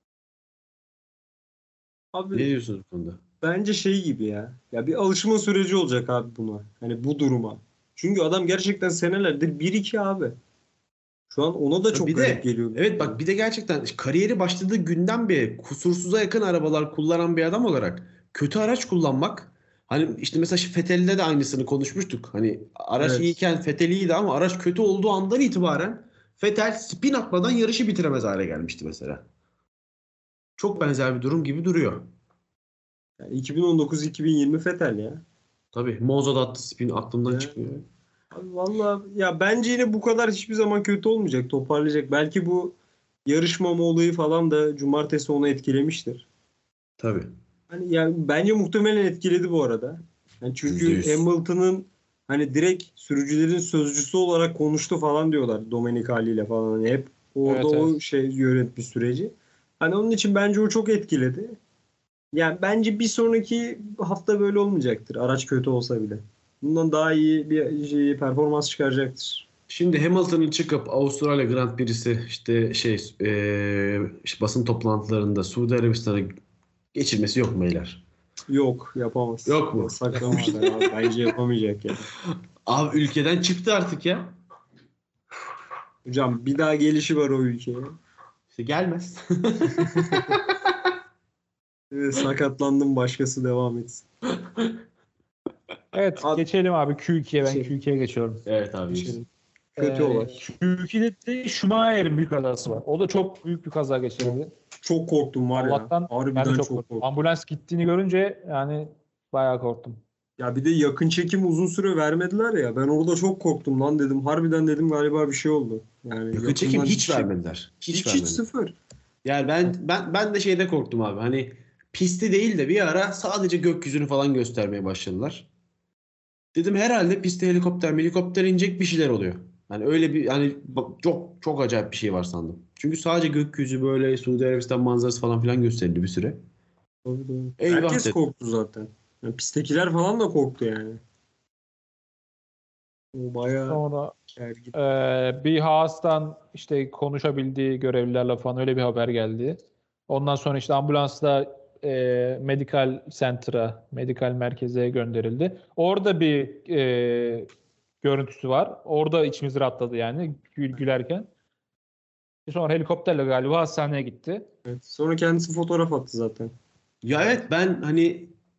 Abi Ne diyorsunuz bu konuda? bence şey gibi ya. Ya bir alışma süreci olacak abi buna. Hani bu duruma. Çünkü adam gerçekten senelerdir bir iki abi. Şu an ona da çok Bir garip de geliyor. evet bak bir de gerçekten kariyeri başladığı günden beri kusursuza yakın arabalar kullanan bir adam olarak kötü araç kullanmak hani işte mesela şu Vettel'de de aynısını konuşmuştuk. Hani araç Evet. iyiyken Vettel iyiydi ama araç kötü olduğu andan itibaren Vettel spin atmadan yarışı bitiremez hale gelmişti mesela. Çok benzer bir durum gibi duruyor. Yani iki bin on dokuz iki bin yirmi Vettel ya. Tabii Monza'da attı spin aklımdan Evet. çıkmıyor. Abi vallahi ya bence yine bu kadar hiçbir zaman kötü olmayacak. Toparlayacak. Belki bu yarışmama olayı falan da cumartesi onu etkilemiştir. Tabii. Hani yani bence muhtemelen etkiledi bu arada. Yani çünkü Yüzde yüz. Hamilton'ın hani direkt sürücülerin sözcüsü olarak konuştu falan diyorlar Domenicali ile falan. Hani hep orada Evet, o evet. şey yönetmiş süreci. Hani onun için bence o çok etkiledi. Yani bence bir sonraki hafta böyle olmayacaktır. Araç kötü olsa bile. Bundan daha iyi bir şey, performans çıkaracaktır. Şimdi Hamilton'ın çıkıp Avustralya Grand Prix'si işte şey eee, işte basın toplantılarında Suudi Arabistan'a geçirmesi yok mu beyler? Yok, yapamaz. Yok mu? Saklamışlar abi. Bence yapamayacak yani. Abi ülkeden çıktı artık ya. Hocam bir daha gelişi var o ülkeye. İşte gelmez. Evet, sakatlandım, başkası devam etsin. Evet Abi- geçelim abi Q ikiye ben Şey- Q ikiye geçiyorum. Evet abi. Şey, kötü Ee, olay. Q ikide de Schumacher'in büyük kazası var. O da çok büyük bir kaza geçirdi. Çok korktum var Allah'tan ya. ben Harbiden de çok çok, korktum. korktum. Ambulans gittiğini görünce yani bayağı korktum. Ya bir de yakın çekim uzun süre vermediler ya. Ben orada çok korktum lan dedim. Harbiden dedim galiba bir şey oldu. Yani Yakın çekim yakından hiç bir şey- vermediler. Hiç, Hiç hiç, vermediler. sıfır. Yani ben ben ben de şeyde korktum abi. Hani pisti değil de bir ara sadece gökyüzünü falan göstermeye başladılar. Dedim herhalde pistte helikopter, helikopter inecek bir şeyler oluyor. Hani öyle bir hani bak- çok çok acayip bir şey var sandım. Çünkü sadece gökyüzü böyle Suudi Arabistan manzarası falan filan gösterildi bir süre. Tabii, tabii. Eyvah Herkes dedim. korktu zaten. Yani pistekiler falan da korktu yani. O bayağı Sonra gergin. e, bir Haas'tan işte konuşabildiği görevlilerle falan öyle bir haber geldi. Ondan sonra işte ambulansla e, medical center'a, medikal merkeze gönderildi. Orada bir e, görüntüsü var. Orada içimiz rahatladı yani gül gülerken. Sonra helikopterle galiba hastaneye gitti. Evet. Sonra kendisi fotoğraf attı zaten. Ya evet ben hani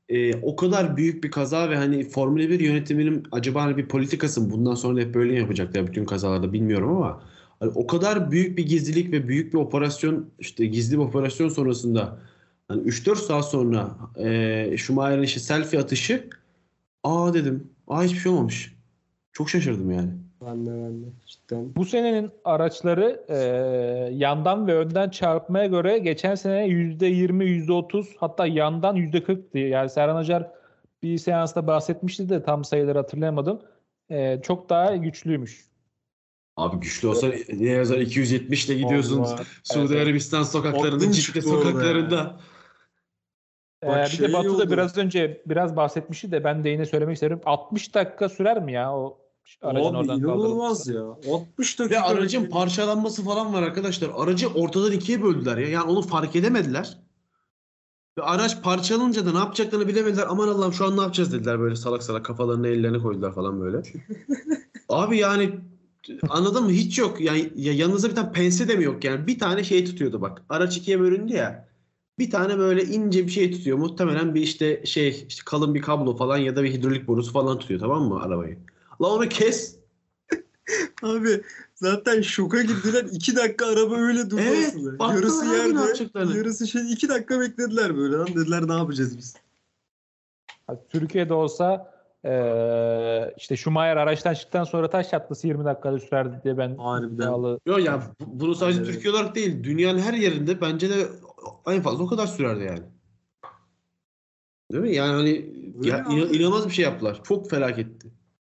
e, o kadar büyük bir kaza ve hani Formula bir yönetiminin acaba hani bir politikası mı? Bundan sonra hep böyle yapacaklar bütün kazalarda bilmiyorum ama hani o kadar büyük bir gizlilik ve büyük bir operasyon işte gizli bir operasyon sonrasında hani üç dört saat sonra e, Schumacher'in işte selfie atışı aa dedim. Aa hiçbir şey olmamış. Çok şaşırdım yani. Ben de ben de cidden. Bu senenin araçları e, yandan ve önden çarpmaya göre geçen sene yüzde yirmi, yüzde otuz hatta yandan yüzde kırktı. Yani Serhan Acar bir seansta bahsetmişti de tam sayıları hatırlayamadım. E, çok daha güçlüymüş. Abi güçlü olsa ne yazar iki yüz yetmiş ile gidiyorsun Vallahi, Suudi evet. Arabistan sokaklarında, Aklım Cidde çıktı orada sokaklarında. Ee, Bak bir şey de Batu da oldu. biraz önce biraz bahsetmişti de ben de yine söylemek isterim. altmış dakika sürer mi ya o aracın Abi oradan inanılmaz kaldırılması? ya. altmış Ve dakika. aracın bekledim. parçalanması falan var arkadaşlar. Aracı ortadan ikiye böldüler ya. Yani onu fark edemediler. Ve araç parçalanınca da ne yapacaklarını bilemediler. Aman Allah'ım şu an ne yapacağız dediler böyle salak salak kafalarını ellerine koydular falan böyle. Abi yani anladın mı? Hiç yok. Yani ya yanınızda bir tane pense de mi yok yani? Bir tane şey tutuyordu bak. Araç ikiye bölündü ya. Bir tane böyle ince bir şey tutuyor. Muhtemelen bir işte şey işte kalın bir kablo falan ya da bir hidrolik borusu falan tutuyor tamam mı arabayı? La onu kes. Abi zaten şoka girdiler. iki dakika araba öyle durdu Evet, aslında. baktılar Yarısı abi ne yerde, yapacaklarını. yarısı şey iki dakika beklediler böyle. Lan dediler ne yapacağız biz? Yani Türkiye'de olsa eee, işte Schumacher araçtan çıktıktan sonra taş çatlısı yirmi dakikada sürerdi diye ben Harbiden. iddialı. Yok ya bu- bunu sadece Evet. Türkiye olarak değil dünyanın her yerinde bence de en fazla o kadar sürerdi yani. Değil mi? Yani hani Öyle ya, abi. inan- inanılmaz bir şey yaptılar. Çok felaketti.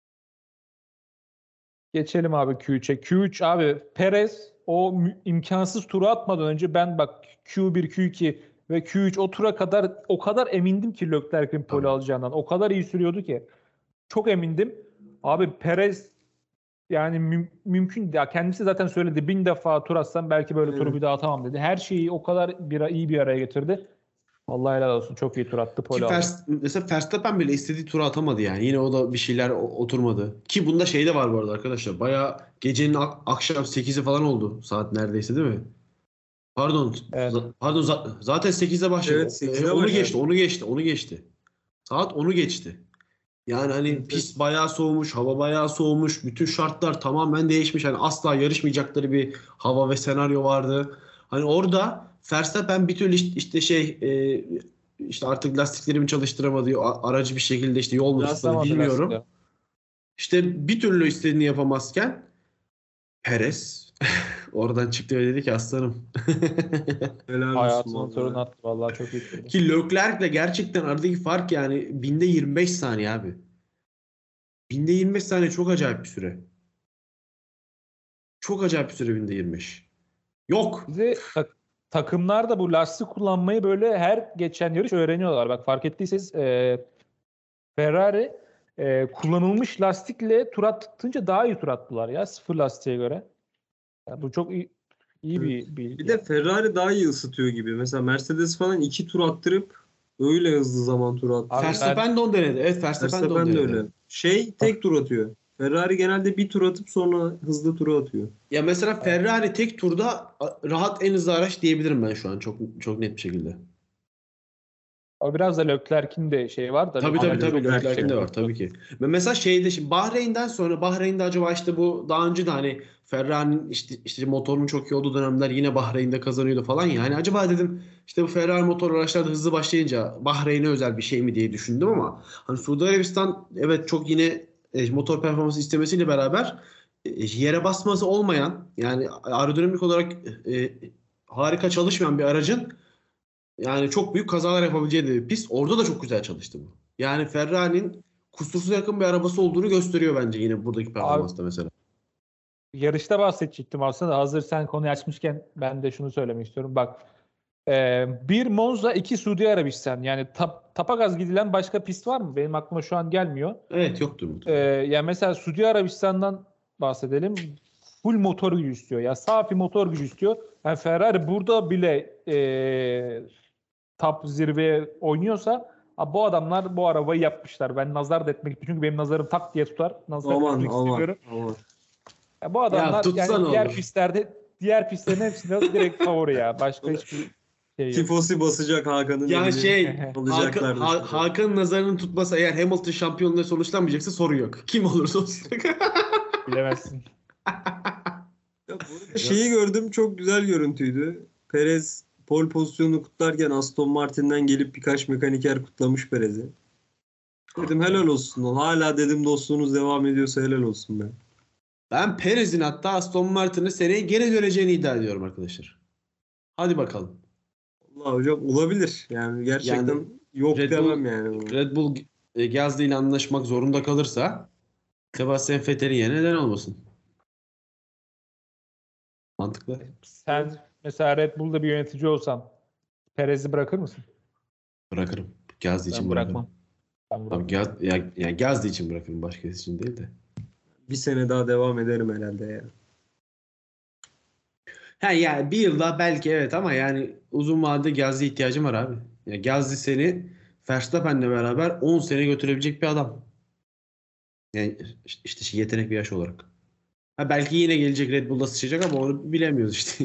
Geçelim abi Q üçe. Q üç abi Perez o mü- imkansız turu atmadan önce ben bak Q bir, Q iki ve Q üç o tura kadar o kadar emindim ki Leclerc'in pole Tabii. alacağından. O kadar iyi sürüyordu ki. Çok emindim. Abi Perez yani müm- mümkün ya kendisi zaten söyledi bin defa tur atsam belki böyle turu Evet. bir daha atamam dedi. Her şeyi o kadar bir, iyi bir araya getirdi. Vallahi helal olsun. Çok iyi tur attı. Ki Pole aldı. Vers- mesela Verstappen bile istediği turu atamadı yani. Yine o da bir şeyler o- oturmadı. Ki bunda şey de var bu arada arkadaşlar. Bayağı gecenin ak- akşam sekizi falan oldu. Saat neredeyse değil mi? Pardon. Evet. za- Pardon za- zaten sekizde başladı. Evet, sekizde E, onu başladı. geçti, onu geçti, onu geçti. Saat onu geçti. Yani hani Evet, pist bayağı soğumuş, hava bayağı soğumuş. Bütün şartlar tamamen değişmiş. Hani asla yarışmayacakları bir hava ve senaryo vardı. Hani orada Verstappen bir türlü işte, işte şey e, işte artık lastiklerimi çalıştıramadı. a- Aracı bir şekilde işte yol mu tutmadı Yaslamadı bilmiyorum. lastikleri. İşte bir türlü istediğini yapamazken Perez oradan çıktı ve dedi ki aslanım. Helal olsun Hayatının vallahi. turunu attı. Vallahi çok iyi turdu. Ki Leclerc'le gerçekten aradaki fark yani binde yirmi beş saniye abi. Binde yirmi beş saniye çok acayip bir süre. Çok acayip bir süre binde yirmi beş. Yok. Bize tak- takımlar da bu lastik kullanmayı böyle her geçen yarış öğreniyorlar. Bak fark ettiyseniz e, Ferrari e, kullanılmış lastikle tur attırınca daha iyi tur attılar ya sıfır lastiğe göre. Ya bu çok iyi, iyi bir bilgi. Bir de Ferrari daha iyi ısıtıyor gibi. Mesela Mercedes falan iki tur attırıp öyle hızlı zaman tur attı. Abi Verstappen de onu denedi. Evet Verstappen, de onu Verstappen de denedi. öyle. Şey tek tur atıyor. Ferrari genelde bir tur atıp sonra hızlı tura atıyor. Ya mesela Ferrari tek turda a- rahat en hızlı araç diyebilirim ben şu an çok çok net bir şekilde. O biraz da Leclerc'in de şey var da. Tabii tabii Leclerc tabii çok Leclerc'in de şey- var tabii ki. Ve mesela şeyde şimdi Bahreyn'den sonra Bahreyn'de acaba işte bu daha önce de hani Ferrari'nin işte, işte motorunun çok iyi olduğu dönemler yine Bahreyn'de kazanıyordu falan ya. Hani acaba dedim işte bu Ferrari motor araçlarda hızlı başlayınca Bahreyn'e özel bir şey mi diye düşündüm ama hani Suudi Arabistan evet çok yine e, motor performansı istemesiyle beraber e, yere basması olmayan yani aerodinamik olarak e, harika çalışmayan bir aracın yani çok büyük kazalar yapabileceği de bir pist. Orada da çok güzel çalıştı bu. Yani Ferrari'nin kusursuza yakın bir arabası olduğunu gösteriyor bence yine buradaki performansta mesela. Yarışta bahsedecektim aslında. Hazır sen konuyu açmışken ben de şunu söylemek istiyorum. Bak e, bir Monza, iki Suudi Arabistan. Yani tap, tapagaz gidilen başka pist var mı? Benim aklıma şu an gelmiyor. Evet yoktur E, mutlaka. yani mesela Suudi Arabistan'dan bahsedelim. Full motor gücü istiyor. Ya safi motor gücü istiyor. Yani Ferrari burada bile e, top zirveye oynuyorsa abi bu adamlar bu arabayı yapmışlar. Ben nazar da etmek çünkü benim nazarım tak diye tutar. Nazar Aman etmek aman istemiyorum. aman. Ya bu adamlar tutsa yani ne diğer olur? pistlerde diğer pistlerin hepsinde direkt favori ya. Başka hiçbir Şey yok. Tifosi basacak Hakan'ın. Ya elini şey Hakan, alacaklar Ha- dışarı. Hakan'ın nazarının tutmasa eğer Hamilton şampiyonluğu sonuçlanmayacaksa sorun yok. Kim olursa olsun. Bilemezsin. Ya bu arada şeyi gördüm, çok güzel görüntüydü. Perez pole pozisyonunu kutlarken Aston Martin'den gelip birkaç mekaniker kutlamış Perez'i. Dedim helal olsun. lan. Hala dedim dostluğunuz devam ediyorsa helal olsun be. Ben Perez'in hatta Aston Martin'e seneye geri döneceğini iddia ediyorum arkadaşlar. Hadi bakalım. Allah hocam olabilir. Yani gerçekten Yani yok Red demem Bull- yani. bunu. Red Bull e, Gasly ile anlaşmak zorunda kalırsa Sebastian Vettel'in yerine neden olmasın? Mantıklı. Sen mesela Red Bull'da bir yönetici olsan Perez'i bırakır mısın? Bırakırım. Gasly için Ben bırakırım. bırakmam. Ben Tabii bırakmam. Gaz, ya, yani Gasly için bırakırım. Başkası için değil de. Bir sene daha devam ederim herhalde ya. Ha yani bir yıl daha belki evet ama yani uzun vadede Gasly ihtiyacım var abi. Ya Gasly seni Verstappen'le beraber on sene götürebilecek bir adam. Yani işte, işte şey, yetenek bir yaş olarak. Ha belki yine gelecek Red Bull'da sıçacak ama onu bilemiyoruz işte.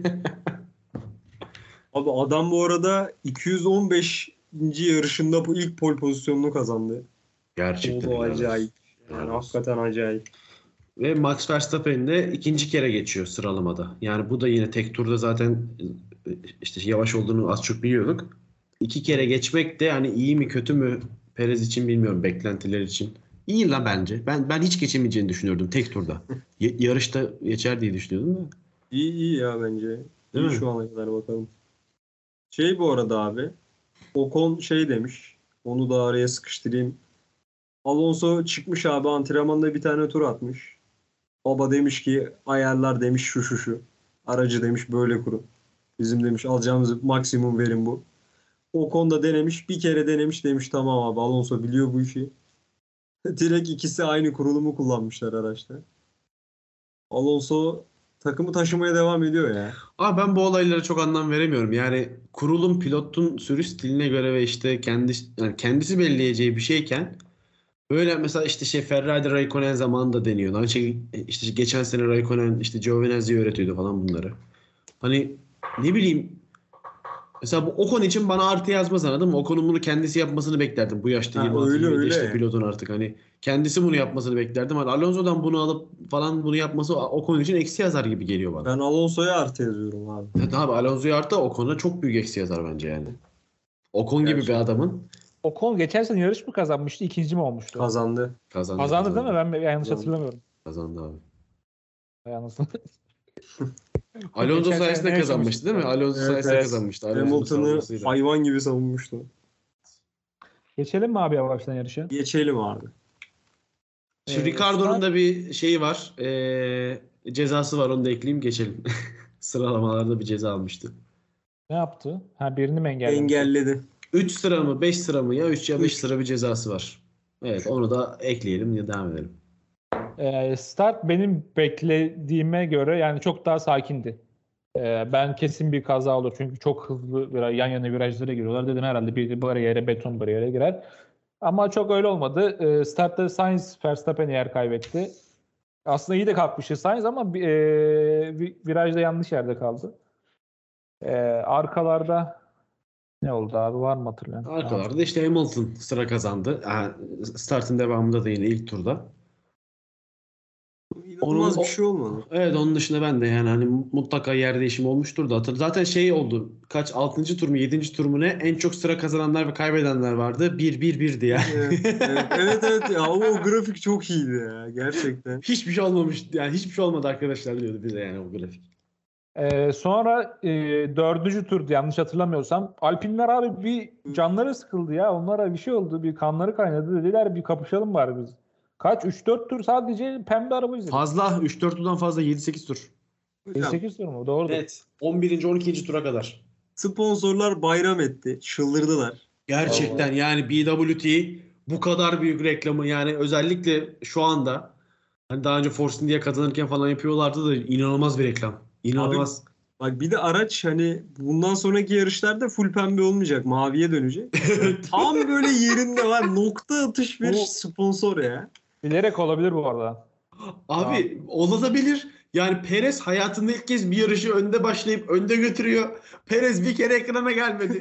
Abi adam bu arada iki yüz on beşinci yarışında bu ilk pole pozisyonunu kazandı. Gerçekten. O da helal olsun. acayip. Yani Helal olsun. hakikaten acayip. Ve Max Verstappen de ikinci kere geçiyor sıralamada. Yani bu da yine tek turda zaten işte yavaş olduğunu az çok biliyorduk. İki kere geçmek de yani iyi mi kötü mü Perez için bilmiyorum, beklentiler için. İyi la bence. Ben ben hiç geçemeyeceğini düşünüyordum tek turda. Y- yarışta geçer diye düşünüyordum da. İyi iyi ya bence. Değil İyi mi? şu ana kadar bakalım. Şey bu arada abi. Ocon şey demiş. Onu da araya sıkıştırayım. Alonso çıkmış abi antrenmanda bir tane tur atmış. Baba demiş ki ayarlar demiş şu şu şu. Aracı demiş böyle kurun. Bizim demiş alacağımız maksimum verim bu. Ocon da denemiş. Bir kere denemiş demiş tamam abi Alonso biliyor bu işi. Direkt ikisi aynı kurulumu kullanmışlar araçta. Alonso takımı taşımaya devam ediyor ya. Aa, ben bu olaylara çok anlam veremiyorum. Yani kurulum pilotun sürüş stiline göre ve işte kendi yani kendisi belirleyeceği bir şeyken böyle mesela işte şey Ferrari Raikkonen zamanında deniyordu. Aynı şey işte geçen sene Raikkonen işte Giovinazzi öğretiyordu falan bunları. Hani ne bileyim mesela bu Ocon için bana artı yazmaz, anladın mı? Ocon'un bunu kendisi yapmasını beklerdim bu yaşta Ha, yirmi altı öyle, yirmi yedi öyle. yaşta pilotun artık hani kendisi bunu yapmasını beklerdim. Hani Alonso'dan bunu alıp falan bunu yapması Ocon için eksi yazar gibi geliyor bana. Ben Alonso'ya artı yazıyorum abi. Evet abi, Alonso'yu artı Ocon'a çok büyük eksi yazar bence yani. Ocon gibi bir Gerçekten. adamın Ocon geçen sene yarış mı kazanmıştı? İkinci mi olmuştu? Kazandı. kazandı. Kazandı değil mi? Ben yanlış Kazandı. hatırlamıyorum. Kazandı abi. Yalnız. Alonso Geçen sayesinde sene kazanmıştı değil mi? Alonso Evet, sayesinde evet. kazanmıştı. Alonso'nun Hamilton'ı savunmasıyla. hayvan gibi savunmuştu. Geçelim mi abi yavaştan yarışa? Geçelim abi. Şu Ee, Ricardo'nun da bir şeyi var. Ee, cezası var, onu da ekleyeyim geçelim. Sıralamalarda bir ceza almıştı. Ne yaptı? Ha birini mi engellemiş? Engelledi. üç sıra mı beş sıra mı ya üç ya beş Üç. sıra bir cezası var. Evet, onu da ekleyelim ya devam edelim. Ee, start benim beklediğime göre yani çok daha sakindi. Ee, ben kesin bir kaza olur çünkü çok hızlı vira- yan yana virajlara giriyorlar. Dedim herhalde bir bariyere, beton bariyere girer. Ama çok öyle olmadı. Ee, startta Sainz Verstappen yer kaybetti. Aslında iyi de kalkmıştı Sainz ama bir- e, vi- virajda yanlış yerde kaldı. Ee, arkalarda ne oldu abi, var mı hatırlayan? Arkalarda işte Hamilton sıra kazandı. Ha, startın devamında da yine ilk turda. İnanılmaz Onun- bir şey olmadı. Evet, onun dışında ben de yani hani mutlaka yer değişimi olmuştur da hatır. Zaten şey oldu. Kaç altıncı tur mu yedinci tur mu ne? En çok sıra kazananlar ve kaybedenler vardı. bir bir birdi ya. Evet, evet, evet, evet ya o, o grafik çok iyiydi ya gerçekten. Hiçbir şey olmamış. Yani hiçbir şey olmadı arkadaşlar diyordu bize yani o grafik. Ee, sonra e, dördüncü turdu yanlış hatırlamıyorsam. Alpinler abi bir canları sıkıldı ya. Onlara bir şey oldu. Bir kanları kaynadı. Dediler bir kapışalım bari biz. Kaç? üç dört tur sadece pembe araba izledik. Fazla üç dört turdan fazla yedi sekiz tur. yedi sekiz tur mu? Doğru. Evet. on birinci on ikinci tura kadar. Sponsorlar bayram etti. Çıldırdılar. Gerçekten yani B W T bu kadar büyük reklamı yani özellikle şu anda hani daha önce Force India kazanırken falan yapıyorlardı da inanılmaz bir reklam. İnanılmaz. Bak bir de araç hani bundan sonraki yarışlarda full pembe olmayacak. Maviye dönecek. Tam böyle yerinde var. Nokta atış bir Bu- sponsor ya. Bilerek olabilir bu arada. Abi olabilir. Yani Perez hayatında ilk kez bir yarışı önde başlayıp önde götürüyor. Perez bir kere ekrana gelmedi.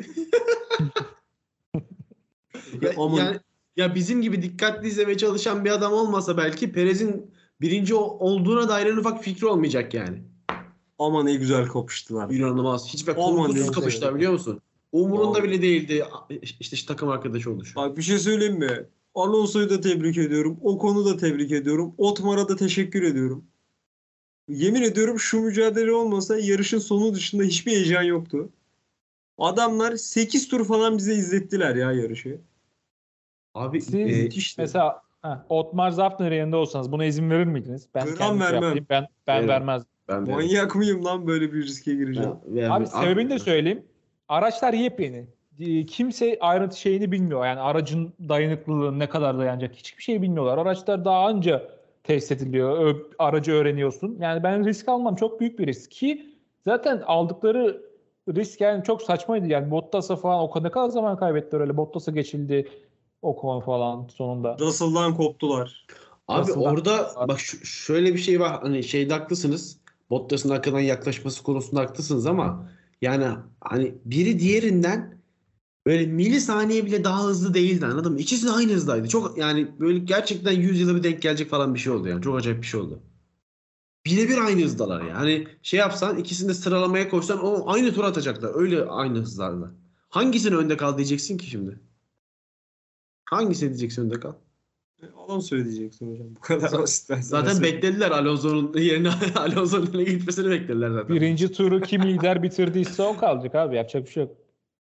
ya, Aman. yani ya bizim gibi dikkatli izlemeye çalışan bir adam olmasa belki Perez'in birinci o- olduğuna dair en ufak fikri olmayacak yani. Ama ne güzel kapıştılar. İnanılmaz. Hiç ve Aman korkusuz ne güzel. kapıştılar biliyor musun? Umurunda Vallahi. bile değildi. İşte, işte takım arkadaşı oldu şu an. Bak bir şey söyleyeyim mi? Alonso'yu da tebrik ediyorum. Ocon'u da tebrik ediyorum. Otmar'a da teşekkür ediyorum. Yemin ediyorum şu mücadele olmasa yarışın sonu dışında hiçbir heyecan yoktu. Adamlar sekiz tur falan bize izlettiler ya yarışı. Abi Siz e, işte. mesela heh, Otmar Zafner'in yerinde olsanız buna izin verir miydiniz? Ben Gram kendim şey vermem. yapayım. Ben ben Vermem. vermezdim. ben de- Manyak mıyım lan böyle bir riske gireceğim? Ben- Abi ben- sebebini de söyleyeyim. Araçlar yepyeni. Ee, Kimse ayrıntı şeyini bilmiyor. Yani aracın dayanıklılığı ne kadar dayanacak hiçbir şey bilmiyorlar. Araçlar daha önce test ediliyor. Ö- aracı öğreniyorsun. Yani ben risk almam. Çok büyük bir risk. Ki zaten aldıkları risk yani çok saçmaydı. Yani Bottas'a falan o kadar ne kadar zaman kaybettiler öyle. Bottas'a geçildi Ocon falan sonunda. Russell'dan koptular. Abi Nasıl orada bak- bak şu- şöyle bir şey var. Hani şeyde haklısınız. Bottas'ın arkadan yaklaşması konusunda haklısınız ama yani hani biri diğerinden böyle milisaniye bile daha hızlı değildi, anladın mı? İkisi de aynı hızdaydı. Çok yani böyle gerçekten yüz yıla bir denk gelecek falan bir şey oldu yani. Çok acayip bir şey oldu. Birebir aynı hızdalar yani. Hani şey yapsan ikisini de sıralamaya koysan o aynı tur atacaklar. Öyle aynı hızlarda. Hangisini önde kal diyeceksin ki şimdi? Hangisini diyeceksin önde kal? Alonso diyeceksin hocam. Bu kadar Zaten- basit. ben sana Zaten söyleyeyim. beklediler Alonso'nun yerine Alonso'nun öne gitmesini beklediler zaten. Birinci turu kim lider bitirdiyse o kalacak abi. Yapacak bir şey yok.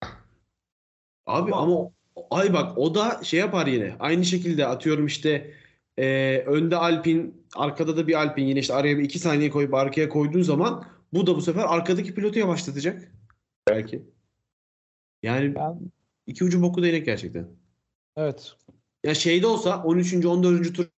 Abi Ama- ama o- ay bak o da şey yapar yine. Aynı şekilde atıyorum işte e, önde Alpine, arkada da bir Alpine, yine işte araya bir iki saniye koyup arkaya koyduğun zaman bu da bu sefer arkadaki pilotu yavaşlatacak. Belki. Yani Ben, iki ucu boku değnek gerçekten. evet. Ya şeyde olsa on üçüncü on dördüncü tur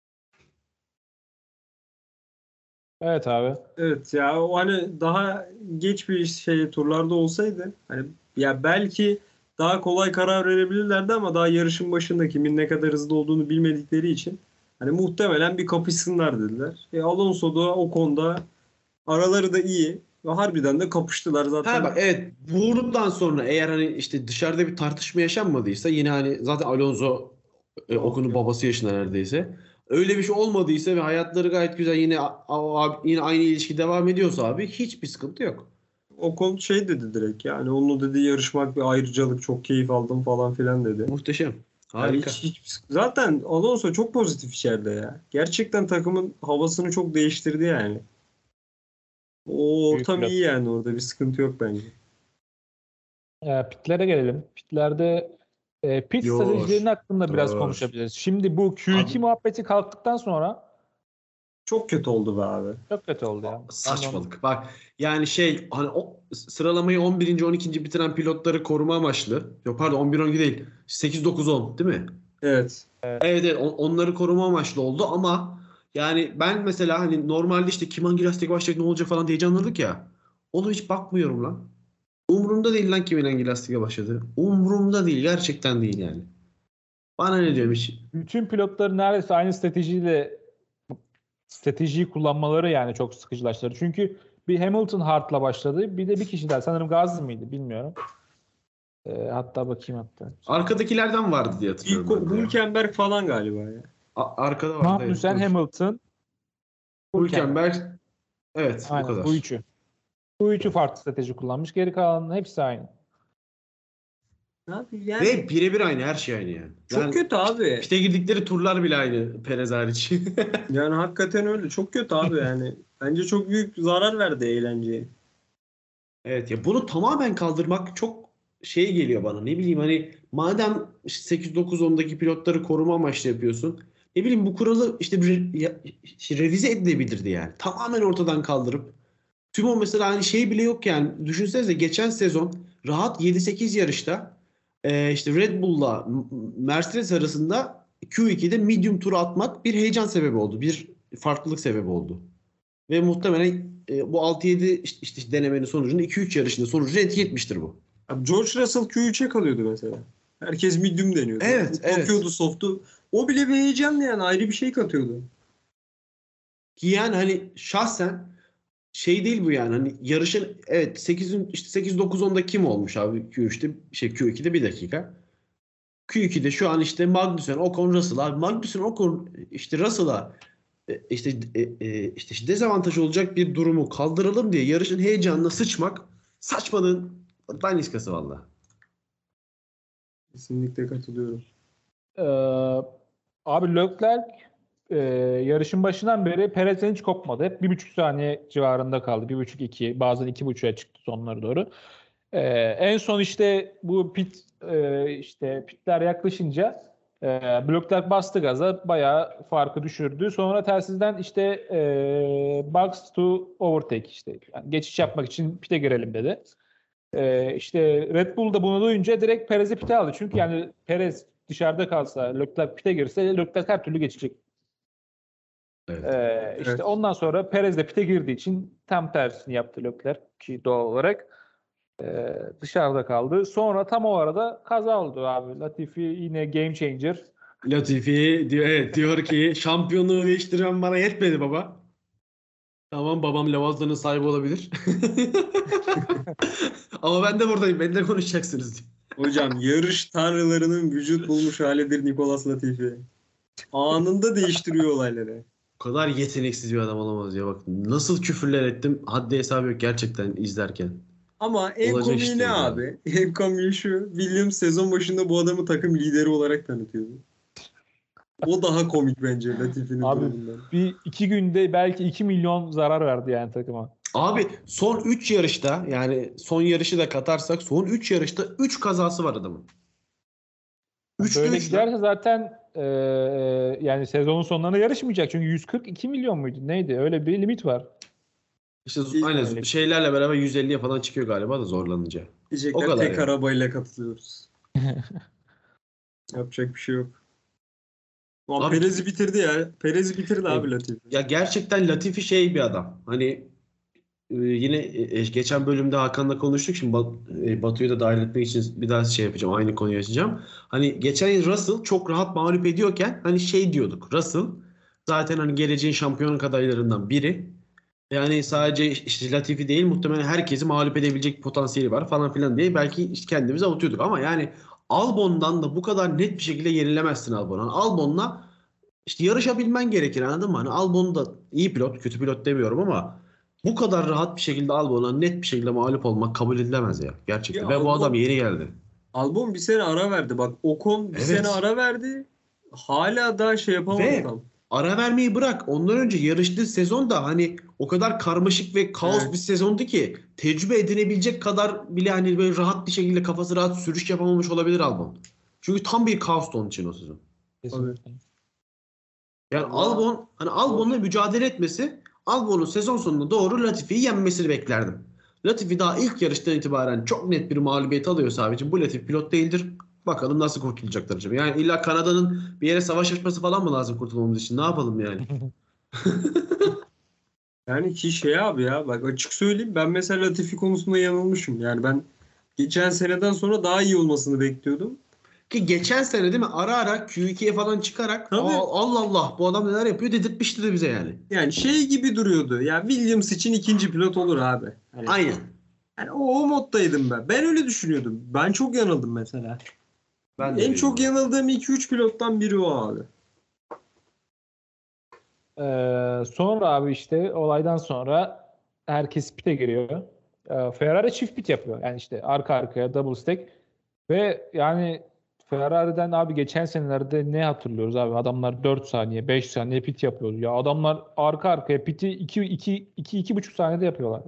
Evet abi. Evet ya o hani daha geç bir şey turlarda olsaydı hani ya belki daha kolay karar verebilirlerdi ama daha yarışın başında kimin ne kadar hızlı olduğunu bilmedikleri için hani muhtemelen bir kapışsınlar dediler. E Alonso da o konuda araları da iyi ve harbiden de kapıştılar zaten. Ha bak evet, buradan sonra eğer hani işte dışarıda bir tartışma yaşanmadıysa yine hani zaten Alonso e, Ocon'un babası yaşında neredeyse. Öyle bir şey olmadıysa ve hayatları gayet güzel yine a- a- yine aynı ilişki devam ediyorsa abi hiçbir sıkıntı yok. O konu şey dedi direkt yani onunla dedi yarışmak bir ayrıcalık çok keyif aldım falan filan dedi. Muhteşem. Yani Harika. hiç, hiç, zaten Alonso çok pozitif içeride ya. Gerçekten takımın havasını çok değiştirdi yani. O Büyük ortam pilot. iyi yani orada bir sıkıntı yok bence. E, pitlere gelelim. Pitlerde e, pit Yor, stratejilerinin hakkında biraz yor. konuşabiliriz. Şimdi bu Q iki Abi- muhabbeti kalktıktan sonra Çok kötü oldu be abi. çok kötü oldu ya. Saçmalık. Bak yani şey hani o sıralamayı on birinci on ikinci bitiren pilotları koruma amaçlı. Yok pardon on bir on iki değil. sekiz dokuz on değil mi? Evet. Evet, evet on- onları koruma amaçlı oldu ama yani ben mesela hani normalde işte kim hangi lastik başlayacak ne olacak falan diye heyecanlandık ya. Onu hiç bakmıyorum lan. Umurumda değil lan kimin hangi lastiğe başladı. Umurumda değil. Gerçekten değil yani. Bana ne diyorum hiç. Bütün pilotların neredeyse aynı stratejiyle stratejiyi kullanmaları yani çok sıkıcılaştırdı. Çünkü bir Hamilton Hart'la başladı. Bir de bir kişi daha. Sanırım Gasly miydi? Bilmiyorum. E, hatta bakayım hatta. Arkadakilerden vardı diye İlk hatırlıyorum. ben de ya. Hülkenberg falan galiba ya. A- arkada vardı. Magnussen, evet. Hamilton, Hülkenberg. Evet bu Aynen kadar. bu üçü. Bu üçü farklı strateji kullanmış. Geri kalanın hepsi aynı. Abi yani Ve birebir aynı, her şey aynı yani. çok Yani kötü abi. pite girdikleri turlar bile aynı Perez hariç. Yani hakikaten öyle. Çok kötü abi yani. Bence çok büyük zarar verdi eğlenceye. Evet ya bunu tamamen kaldırmak çok şey geliyor bana. Ne bileyim hani madem işte sekiz dokuz ondaki pilotları koruma amaçlı yapıyorsun. Ne bileyim bu kuralı işte bir, ya, işte revize edilebilirdi yani. Tamamen ortadan kaldırıp. Tüm o mesela hani şey bile yok yani. Düşünsenize geçen sezon rahat yedi sekiz yarışta e, işte Red Bull'la M- Mercedes arasında Q ikide medium turu atmak bir heyecan sebebi oldu. Bir farklılık sebebi oldu. Ve muhtemelen e, bu altı yedi işte, işte denemenin sonucunda iki üç yarışında sonucu etki etmiştir bu. Abi George Russell Q üçe kalıyordu mesela. Herkes medium deniyordu. Evet, evet. Bakıyordu soft'u. O bile bir heyecanlı yani ayrı bir şey katıyordu. Ki yani hani şahsen şey değil bu yani. Hani yarışın evet sekizin işte sekiz dokuz onda kim olmuş abi Q üçte şey Q ikide bir dakika. Q ikide şu an işte Magnussen, Ocon, Russell abi. Magnussen, Ocon işte Russell'a e, işte e, e, işte işte dezavantaj olacak bir durumu kaldıralım diye yarışın heyecanına sıçmak saçmalığın daniskası valla. Kesinlikle katılıyorum. Ee, abi Leclerc e, yarışın başından beri Perez'den hiç kopmadı. Hep bir buçuk saniye civarında kaldı. Bir buçuk iki, bazen iki buçuğa çıktı sonlara doğru. Ee, en son işte bu pit e, işte pitler yaklaşınca e, Leclerc bastı gaza, bayağı farkı düşürdü. Sonra telsizden işte e, box to overtake işte yani geçiş yapmak için pite girelim dedi. E, işte Red Bull da bunu duyunca direkt Perez'i pite aldı. Çünkü yani Perez dışarıda kalsa, Leclerc pite girse Leclerc her türlü geçecek. Evet. Ee, işte Evet. ondan sonra Perez de pite girdiği için tam tersini yaptı Leclerc ki doğal olarak e, dışarıda kaldı. Sonra tam o arada kaza oldu abi. Latifi yine game changer. Latifi diyor, evet, diyor ki şampiyonluğu değiştirmem bana yetmedi baba. Tamam babam Lavazda'nın sahibi olabilir. Ama ben de buradayım. Benimle konuşacaksınız diyor. Hocam yarış tanrılarının vücut bulmuş halidir Nicolas Latifi. Anında değiştiriyor olayları. O kadar yeteneksiz bir adam olamaz ya bak. Nasıl küfürler ettim haddi hesabı yok gerçekten izlerken. Ama en Olacak komiği işte ne ya. abi? En komiği şu. Williams sezon başında bu adamı takım lideri olarak tanıtıyordu. O daha komik bence Latifi'nin Abi durumundan. bir iki günde belki iki milyon zarar verdi yani takıma. Abi son üç yarışta yani son yarışı da katarsak son üç yarışta üç kazası var adamın. Üçte Böyle üç giderse lan. zaten e, yani sezonun sonlarına yarışmayacak. Çünkü yüz kırk iki milyon muydu? Neydi? Öyle bir limit var. İşte İyi aynen öyle. şeylerle beraber yüz elliye falan çıkıyor galiba da zorlanınca. O Diyecekler kadar tek yani. arabayla katılıyoruz. Yapacak bir şey yok. Ama Abi- Perez'i bitirdi ya. Perez'i bitirdi Evet. abi Latifi. Ya gerçekten Latifi şey bir adam. Hani e, yine e, geçen bölümde Hakan'la konuştuk. Şimdi Bat- e, Batu'yu da dahil etmek için bir daha şey yapacağım. Aynı konuyu açacağım. Hani geçen yıl Russell çok rahat mağlup ediyorken hani şey diyorduk. Russell zaten hani geleceğin şampiyonluk adaylarından biri. Yani sadece işte Latifi değil muhtemelen herkesi mağlup edebilecek potansiyeli var falan filan diye belki işte kendimizi avutuyorduk. Ama yani Albon'dan da bu kadar net bir şekilde yenilemezsin Albon'dan. Albon'la işte yarışabilmen gerekir anladın mı? Hani Albon da iyi pilot, kötü pilot demiyorum ama bu kadar rahat bir şekilde Albon'a net bir şekilde mağlup olmak kabul edilemez ya gerçekten. Ya Ve bu Albon- adam yeni geldi. Albon bir sene ara verdi. Bak Ocon bir Evet. sene ara verdi. Hala daha şey yapamadı Ve- tam. Ara vermeyi bırak. Ondan önce yarıştığı sezon da hani o kadar karmaşık ve kaos Evet. bir sezondu ki tecrübe edinebilecek kadar bile hani böyle rahat bir şekilde kafası rahat sürüş yapamamış olabilir Albon. Çünkü tam bir kaostu onun için o sezon. Kesinlikle. Yani Ama- Albon hani Albon'la mücadele etmesi Albon'un sezon sonuna doğru Latifi'yi yenmesini beklerdim. Latifi daha ilk yarıştan itibaren çok net bir mağlubiyet alıyorsa abicim bu Latifi pilot değildir. Bakalım nasıl kurtulacaklar acaba. Yani illa Kanada'nın bir yere savaş açması falan mı lazım kurtulmamız için? Ne yapalım yani? Yani ki şey abi ya bak açık söyleyeyim ben mesela Latifi konusunda yanılmışım. Yani ben geçen seneden sonra daha iyi olmasını bekliyordum. Ki geçen sene değil mi ara ara Q ikiye falan çıkarak Tabii. "Aa, Allah Allah bu adam neler yapıyor dedirtmişti de bize yani. Yani şey gibi duruyordu. Ya Williams için ikinci pilot olur abi. Hani, Aynen. yani o, o moddaydım ben. Ben öyle düşünüyordum. Ben çok yanıldım mesela. Ben de en öyleyim. çok yanıldığım iki üç pilottan biri o abi. Ee, sonra abi işte olaydan sonra herkes pite giriyor. Ee, Ferrari çift pit yapıyor. Yani işte arka arkaya double stack. Ve yani Ferrari'den abi geçen senelerde ne hatırlıyoruz abi? Adamlar dört saniye, beş saniye pit yapıyordu. Ya adamlar arka arkaya piti iki iki iki iki buçuk saniyede yapıyorlar.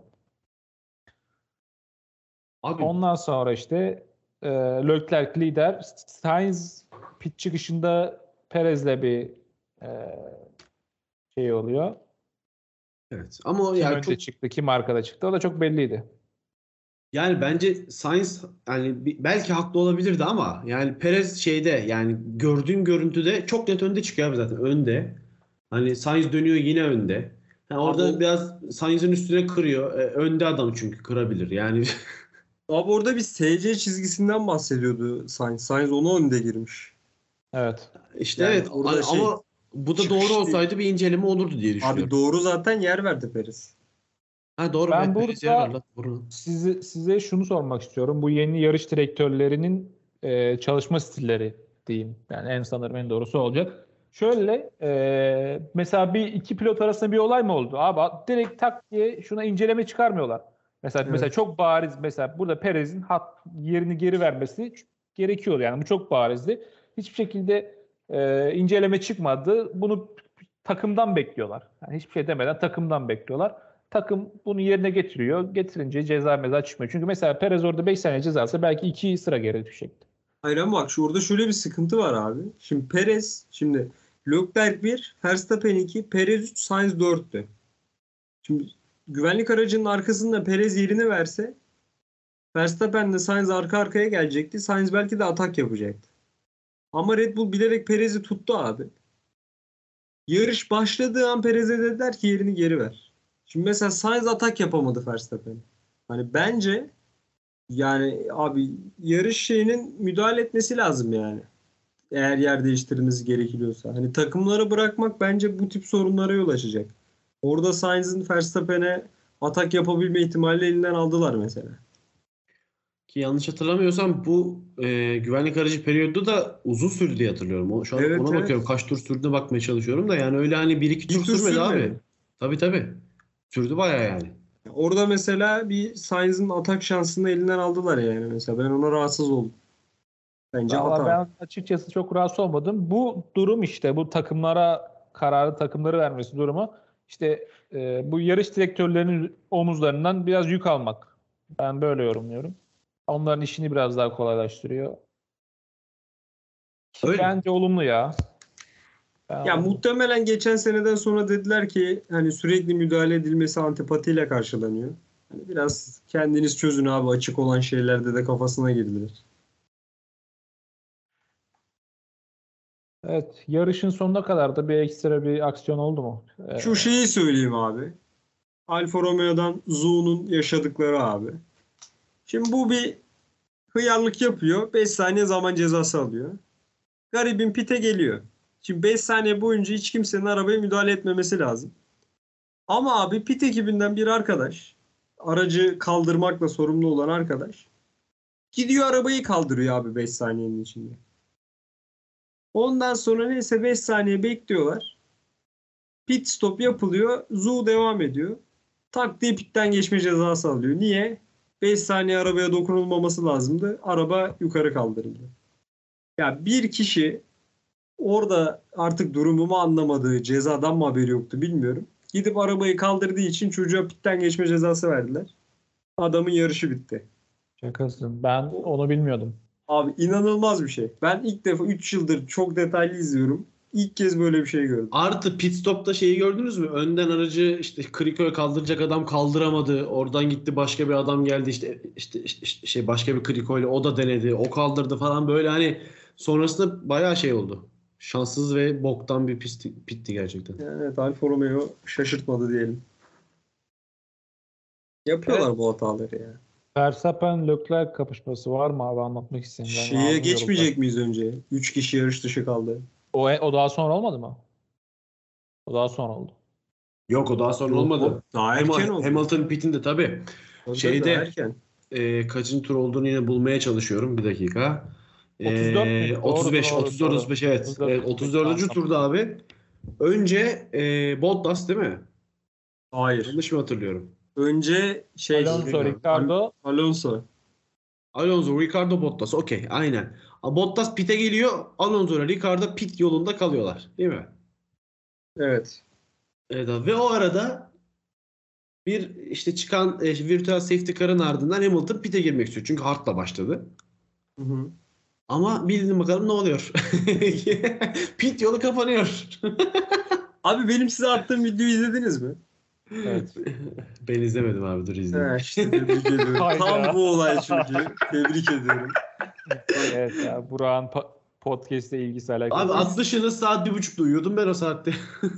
Abi Ondan sonra işte e, Leclerc lider. Sainz pit çıkışında Perez'le bir e, şey oluyor. evet ama o Kim yani önde çok çıktı, kim arkada çıktı. O da çok belliydi. yani bence Sainz yani bi- belki haklı olabilirdi ama yani Perez şeyde yani gördüğüm görüntüde çok net önde çıkıyor abi zaten önde. Hani Sainz dönüyor yine önde. Yani orada Abi o- biraz Sainz'in üstüne kırıyor. E, önde adam çünkü kırabilir. Yani Abi orada bir S C çizgisinden bahsediyordu Sainz. Sainz ona önde girmiş. Evet. işte Yani evet orada ama şey, bu da çıkış doğru değil. olsaydı bir inceleme olurdu diye düşünüyorum. Abi doğru zaten yer verdi Perez. Ha doğru. Ben Ben burada size, size şunu sormak istiyorum. Bu yeni yarış direktörlerinin e, çalışma stilleri diyeyim. Yani en sanırım en doğrusu olacak. Şöyle e, mesela bir iki pilot arasında bir olay mı oldu? Abi direkt tak diye şuna inceleme çıkarmıyorlar. Mesela Evet. mesela çok bariz, mesela burada Perez'in hat yerini geri vermesi gerekiyor. Yani bu çok barizdi. Hiçbir şekilde e, inceleme çıkmadı. Bunu takımdan bekliyorlar. Yani hiçbir şey demeden takımdan bekliyorlar. Takım bunu yerine getiriyor. Getirince ceza meza çıkmıyor. Çünkü mesela Perez orada beş saniye cezası belki iki sıra geri düşecekti. Hayır ama bak şurada şöyle bir sıkıntı var abi. Şimdi Perez, şimdi Leclerc bir, Verstappen iki, Perez üç, Sainz dörttü. Şimdi güvenlik aracının arkasında Perez yerini verse Verstappen de Sainz arka arkaya gelecekti. Sainz belki de atak yapacaktı. Ama Red Bull bilerek Perez'i tuttu abi. Yarış başladığı an Perez'e dediler ki yerini geri ver. Şimdi mesela Sainz atak yapamadı Verstappen'e. Hani bence yani abi yarış şeyinin müdahale etmesi lazım yani. Eğer yer değiştirmesi gerekiyorsa. Hani takımları bırakmak bence bu tip sorunlara yol açacak. Orada Sainz'in Verstappen'e atak yapabilme ihtimali elinden aldılar mesela. Ki yanlış hatırlamıyorsam bu e, güvenlik aracı periyodu da uzun sürdü diye hatırlıyorum. O, şu an Evet, ona evet. bakıyorum. Kaç tur sürdüğüne bakmaya çalışıyorum da yani öyle hani bir iki Bir tur tur sürmedi abi. sürmedi. Tabii tabii. Sürdü bayağı yani. Orada mesela bir Sainz'in atak şansını elinden aldılar yani mesela. Ben ona rahatsız oldum. Bence Vallahi hata. ben açıkçası çok rahatsız olmadım. Bu durum işte bu takımlara kararı takımları vermesi durumu işte e, bu yarış direktörlerinin omuzlarından biraz yük almak. Ben böyle yorumluyorum. Onların işini biraz daha kolaylaştırıyor. Ki Öyle. bence olumlu ya. Ben Ya olumlu. muhtemelen geçen seneden sonra dediler ki hani sürekli müdahale edilmesi antipatiyle karşılanıyor. Hani biraz kendiniz çözün abi, açık olan şeylerde de kafasına girdiler. Evet, yarışın sonuna kadar da bir ekstra bir aksiyon oldu mu? Ee, Şu şeyi söyleyeyim abi. Alfa Romeo'dan Zhou'nun yaşadıkları abi. Şimdi bu bir hıyarlık yapıyor. beş saniye zaman cezası alıyor. Garibin pite geliyor. Şimdi beş saniye boyunca hiç kimsenin arabaya müdahale etmemesi lazım. Ama abi pit ekibinden bir arkadaş, aracı kaldırmakla sorumlu olan arkadaş, gidiyor arabayı kaldırıyor abi beş saniyenin içinde. Ondan sonra neyse beş saniye bekliyorlar. Pit stop yapılıyor. Zhou devam ediyor. Tak diye pitten geçme cezası alıyor. Niye? beş saniye arabaya dokunulmaması lazımdı. Araba yukarı kaldırıldı. Ya bir kişi orada artık durumumu anlamadığı, cezadan mı haberi yoktu bilmiyorum. Gidip arabayı kaldırdığı için çocuğa pitten geçme cezası verdiler. Adamın yarışı bitti. Şakasın. Ben onu bilmiyordum. Abi inanılmaz bir şey. Ben ilk defa üç yıldır çok detaylı izliyorum. İlk kez böyle bir şey gördüm. Artı pit stop'ta şeyi gördünüz mü? Önden aracı işte Kriko'ya kaldıracak adam kaldıramadı. Oradan gitti başka bir adam geldi işte işte, işte şey başka bir Kriko'yla o da denedi. O kaldırdı falan böyle hani sonrasında bayağı şey oldu. Şanssız ve boktan bir pisti, pitti gerçekten. Yani evet, Alfa Romeo şaşırtmadı diyelim. Yapıyorlar Evet. bu hataları ya. Verstappen Leclerc kapışması var mı abi, anlatmak istedim. Ben Şeye anlamıyorum geçmeyecek zaten. miyiz önce? üç kişi yarış dışı kaldı. O, o daha sonra olmadı mı? O daha sonra oldu. Yok o daha sonra Yok, olmadı. o daha erken Hamilton, oldu. Hamilton pitinde tabii. Tabii Şeyde- daha erken. E, kaçıncı tur olduğunu yine bulmaya çalışıyorum. Bir dakika. otuz dört E, müydü? Doğru, otuz beş, doğru, otuz dört, doğru. otuz beş evet. otuz dört, Evet, otuz dördüncü Tamam. turda abi. Önce e, Bottas değil mi? Hayır. Yanlış mı hatırlıyorum? Önce şey Alonso, Ricardo. Alonso. Alonso, Ricardo, Bottas. Okey, aynen. A, Bottas pit'e geliyor. Alonso ile Ricardo pit yolunda kalıyorlar. Değil mi? Evet. Evet abi. Ve o arada bir işte çıkan e, virtual safety car'ın ardından Hamilton pit'e girmek istiyor. Çünkü hardla başladı. Hı hı. Ama bilin bakalım ne oluyor. Pit yolu kapanıyor. Abi benim size attığım videoyu izlediniz mi? Evet. Ben izlemedim abi, dur izleyeyim. He işte tebrik ediyorum. Hayda. Tam bu olay çünkü. Tebrik ediyorum. Evet ya, Burak'ın pa- podcast'le ilgisi alakası. Abi altmışını saat bir buçukta uyuyordum ben o saatte.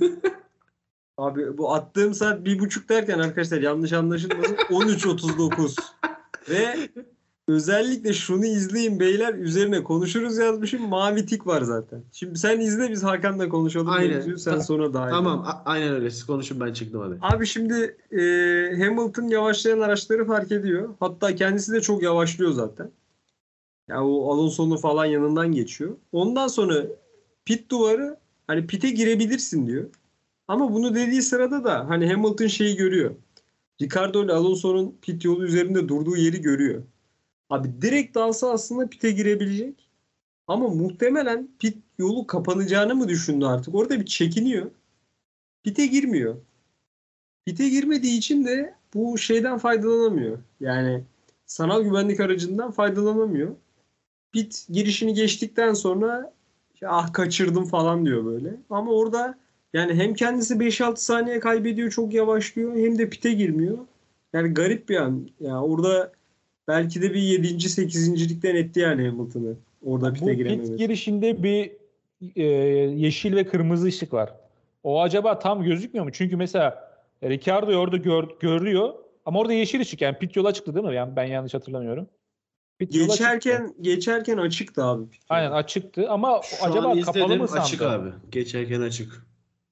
Abi bu attığım saat bir buçuk derken arkadaşlar yanlış anlaşılmasın on üç otuz dokuz. Ve özellikle şunu izleyin beyler, üzerine konuşuruz yazmışım. Mavi tik var zaten. Şimdi sen izle, biz Hakan'la konuşalım. Aynen. Mevzuyu, sen Ta- sonra dahil. Tamam a- aynen öyle. Siz konuşun, ben çıktım hadi. Abi şimdi e, Hamilton yavaşlayan araçları fark ediyor. Hatta kendisi de çok yavaşlıyor zaten. Yani o Alonso'nun falan yanından geçiyor. Ondan sonra pit duvarı, hani pit'e girebilirsin diyor. Ama bunu dediği sırada da hani Hamilton şeyi görüyor. Ricardo ile Alonso'nun pit yolu üzerinde durduğu yeri görüyor. Abi direkt dalsa aslında pit'e girebilecek. Ama muhtemelen pit yolu kapanacağını mı düşündü artık? Orada bir çekiniyor. Pit'e girmiyor. Pit'e girmediği için de bu şeyden faydalanamıyor. Yani sanal güvenlik aracından faydalanamıyor. Pit girişini geçtikten sonra ah kaçırdım falan diyor böyle. Ama orada yani hem kendisi beş altı saniye kaybediyor, çok yavaşlıyor, hem de pit'e girmiyor. Yani garip bir an. Yani orada belki de bir yedinci sekizincilikten etti yani Hamilton'ı. Orada Bu pit'e pit girememesi. girişinde bir e, yeşil ve kırmızı ışık var. O acaba tam gözükmüyor mu? Çünkü mesela Ricciardo'yu orada gör, görüyor ama orada yeşil ışık, yani pit yola çıktı değil mi? Yani ben yanlış hatırlamıyorum. Pit yola çıktı. Geçerken geçerken açıktı abi pit. Aynen açıktı ama Şu acaba an kapalı izledim, mı sandı? açık abi. Geçerken açık.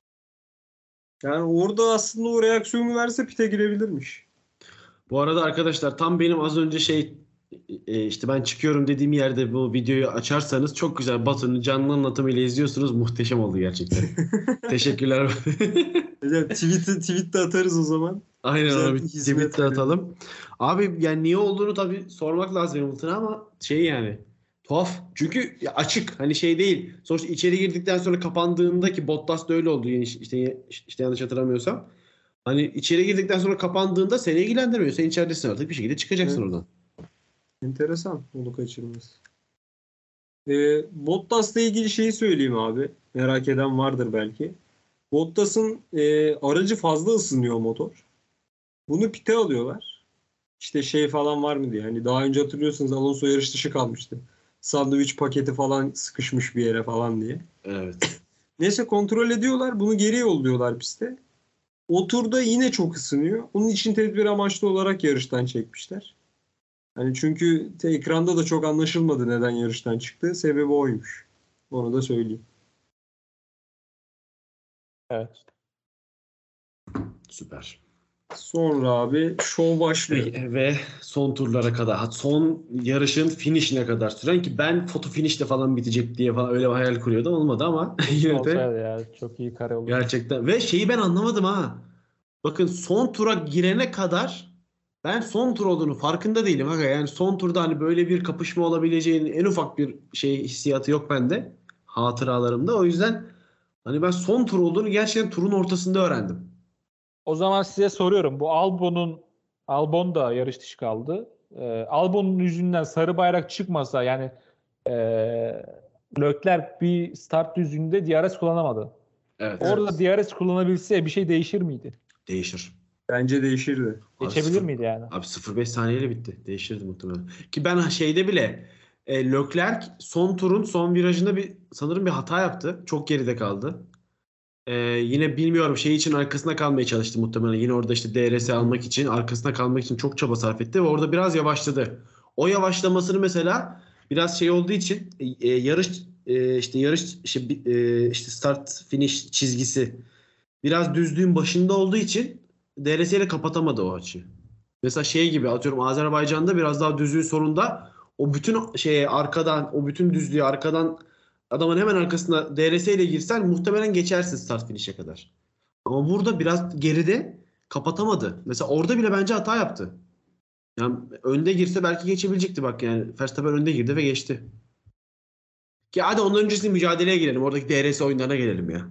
Yani orada aslında o reaksiyonu verse pit'e girebilirmiş. Bu arada arkadaşlar, tam benim az önce şey e, işte ben çıkıyorum dediğim yerde bu videoyu açarsanız çok güzel Batu'nun canlı anlatımıyla izliyorsunuz. Muhteşem oldu gerçekten. Teşekkürler. Evet, tweet'i tweet'te atarız o zaman. Aynen, Güzel onu bir bir hizmet tweet'te veriyor. atalım. Abi yani niye olduğunu tabii sormak lazım Hamilton'a ama şey yani tuhaf. Çünkü ya açık, hani şey değil. Sonuçta içeri girdikten sonra kapandığında, ki Bottas da öyle oldu yani işte işte yanlış hatırlamıyorsam. Hani içeri girdikten sonra kapandığında seni ilgilendirmiyor. Sen içeridesin artık, bir şekilde çıkacaksın Evet. oradan. Enteresan onu kaçırması. Ee, Bottas'la ilgili şeyi söyleyeyim abi. Merak eden vardır belki. Bottas'ın e, aracı fazla ısınıyor motor. Bunu pite alıyorlar. İşte şey falan var mı diye. Hani daha önce hatırlıyorsunuz Alonso yarış dışı kalmıştı. Sandviç paketi falan sıkışmış bir yere falan diye. Evet. Neyse kontrol ediyorlar. Bunu geri yolluyorlar piste. O turda yine çok ısınıyor. Onun için tedbir amaçlı olarak yarıştan çekmişler. Hani çünkü te- ekranda da çok anlaşılmadı neden yarıştan çıktı. Sebebi oymuş. Onu da söyleyeyim. Evet. Süper. Sonra abi şov başlıyor. Ve, ve son turlara kadar, son yarışın finishine kadar süren, ki ben foto finish'le falan bitecek diye falan öyle bir hayal kuruyordum, olmadı ama yine de Olsaydı ya çok iyi kare olurdu. gerçekten. Ve şeyi ben anlamadım ha. Bakın son tura girene kadar ben son tur olduğunu farkında değilim. Aga. Yani son turda hani böyle bir kapışma olabileceğinin en ufak bir şey hissiyatı yok bende. Hatıralarımda. O yüzden hani ben son tur olduğunu gerçekten turun ortasında öğrendim. O zaman size soruyorum. Bu Albon'un Albon da yarış dışı kaldı. Ee, Albon'un yüzünden sarı bayrak çıkmasa, yani e, Leclerc bir start düzlüğünde D R S kullanamadı. Evet. Orada D R S kullanabilse bir şey değişir miydi? Değişir. Bence değişirdi. Abi Geçebilir sıfır- miydi yani? Abi sıfır virgül beş saniyeyle bitti. Değişirdi muhtemelen. Ki ben şeyde bile e, Leclerc son turun son virajında bir sanırım bir hata yaptı. Çok geride kaldı. E, yine bilmiyorum, şey için arkasına kalmaya çalıştı muhtemelen. Yine orada işte D R S almak için, arkasına kalmak için çok çaba sarf etti ve orada biraz yavaşladı. O yavaşlamasını mesela biraz şey olduğu için e, yarış e, işte yarış işte, e, işte start finish çizgisi biraz düzlüğün başında olduğu için D R S ile kapatamadı o açıyı. Mesela şey gibi, atıyorum Azerbaycan'da biraz daha düzlüğün sonunda o bütün şeye arkadan, o bütün düzlüğü arkadan adamın hemen arkasına D R S ile girsen muhtemelen geçersin start finish'e kadar. Ama burada biraz geride kapatamadı. Mesela orada bile bence hata yaptı. Yani önde girse belki geçebilecekti bak yani. Verstappen önde girdi ve geçti. Ki hadi ondan öncesinde mücadeleye girelim. Oradaki D R S oyunlarına gelelim ya.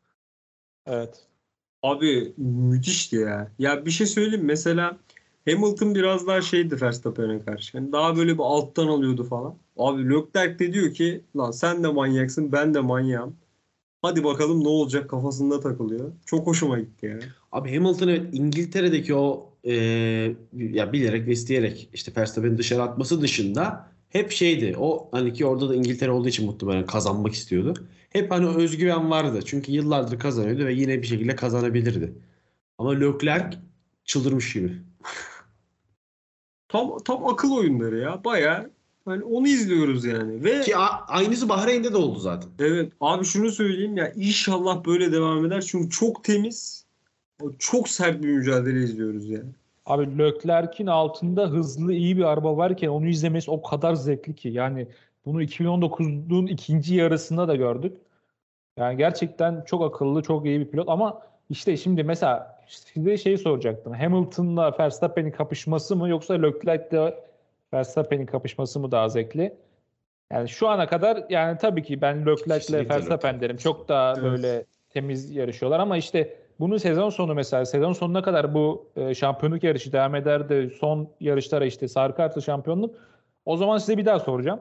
Evet. Abi müthişti ya. Ya bir şey söyleyeyim. Mesela Hamilton biraz daha şeydi Verstappen'e karşı. Yani daha böyle bir alttan alıyordu falan. Abi Leclerc de diyor ki lan sen de manyaksın, ben de manyağım. Hadi bakalım ne olacak kafasında takılıyor. Çok hoşuma gitti ya. Abi Hamilton, evet, İngiltere'deki o e, ya bilerek ve isteyerek işte Verstappen'i dışarı atması dışında hep şeydi. O hani, ki orada da İngiltere olduğu için muhtemelen kazanmak istiyordu. Hep hani o özgüven vardı. Çünkü yıllardır kazanıyordu ve yine bir şekilde kazanabilirdi. Ama Leclerc çıldırmış gibi. tam tam akıl oyunları ya. Bayağı hani onu izliyoruz yani. Ve Ki a- aynısı Bahreyn'de de oldu zaten. evet abi şunu söyleyeyim ya, inşallah böyle devam eder. Çünkü çok temiz, çok sert bir mücadele izliyoruz yani. Abi Leclerc'in altında hızlı iyi bir araba varken onu izlemesi o kadar zevkli ki. Yani bunu iki bin on dokuzun ikinci yarısında da gördük. Yani gerçekten çok akıllı, çok iyi bir pilot ama işte şimdi mesela size şeyi soracaktım. Hamilton'la Verstappen'in kapışması mı yoksa Leclerc'le Verstappen'in kapışması mı daha zevkli? Yani şu ana kadar yani tabii ki ben Leclerc'le Kesinlikle Verstappen Leclerc. derim. Çok daha Evet. böyle temiz yarışıyorlar ama işte bunu sezon sonu mesela sezon sonuna kadar bu e, şampiyonluk yarışı devam eder de son yarışlara işte sarı kartlı şampiyonluk. O zaman size bir daha soracağım.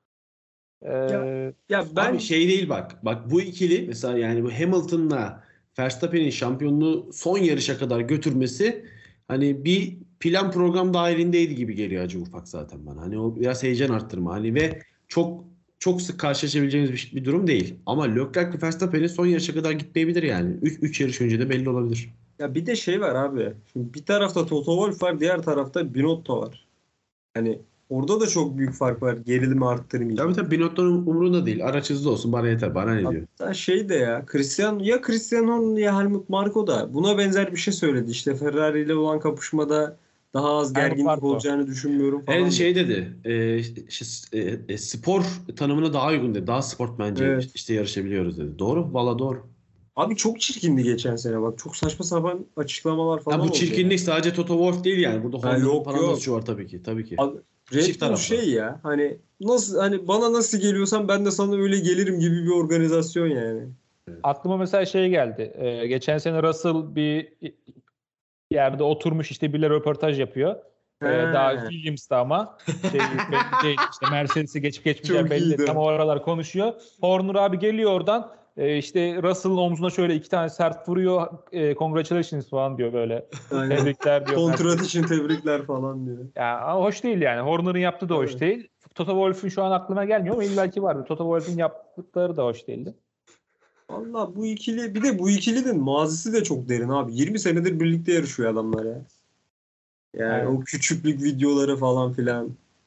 Ee, Ya ben Abi şey değil bak. Bak bu ikili mesela yani bu Hamilton'la Verstappen'in şampiyonluğu son yarışa kadar götürmesi hani bir plan program dahilindeydi gibi geliyor acı ufak zaten bana. Hani o biraz heyecan arttırma hani ve çok çok sık karşılaşabileceğimiz bir, bir durum değil. Ama Leclerc Verstappen'in son yarışa kadar gitmeyebilir yani. üç yarış önce de belli olabilir. ya bir de şey var abi. Şimdi bir tarafta Toto Wolff var, diğer tarafta Binotto var. Hani orada da çok büyük fark var. Gerilimi arttırmayacak. Tabii tabii Binotto'nun umurunda değil. Araç hızlı olsun bana yeter. Bana ne diyor? Hatta şey de ya Cristiano ya Cristiano Ronaldo ya Helmut Marko da buna benzer bir şey söyledi. İşte Ferrari ile olan kapışmada daha az Helmut gerginlik Marko. olacağını düşünmüyorum falan. Evet şey dedi. E, işte, e, e, spor tanımına daha uygun dedi. Daha sportmence Evet. işte yarışabiliyoruz dedi. Doğru. Valla doğru. Abi çok çirkindi geçen sene bak. Çok saçma sapan açıklamalar falan Ha, bu oldu çirkinlik ya. sadece Toto Wolff değil yani. Burada Ha, Honda'nın yok, falan yok. da suçu var tabii ki. Tabii ki. Abi, Red Çift Bull taraflı. şey ya hani nasıl hani bana nasıl geliyorsan ben de sana öyle gelirim gibi bir organizasyon yani. Aklıma mesela şey geldi. Ee, geçen sene Russell bir yerde oturmuş işte biriyle röportaj yapıyor. Ee, He. daha Williams'ta ama şey belli değil. İşte Mercedes'i geçip geçmeyeceği Çok belli değil. iyiydi. Tam o aralar konuşuyor. Horner abi geliyor oradan. Ee, işte Russell'ın omzuna şöyle iki tane sert vuruyor. Ee, congratulations falan diyor böyle. Aynen. Tebrikler diyor. Kontrat için tebrikler falan diyor. Ya ama hoş değil yani. Horner'ın yaptığı da hoş Evet. değil. Toto Wolff'un şu an aklıma gelmiyor ama illaki vardı. Toto Wolff'un yaptıkları da hoş değildi. Valla bu ikili bir de bu ikilinin mazisi de çok derin abi. yirmi senedir birlikte yarışıyor adamlar ya. Yani Evet. o küçüklük videoları falan filan.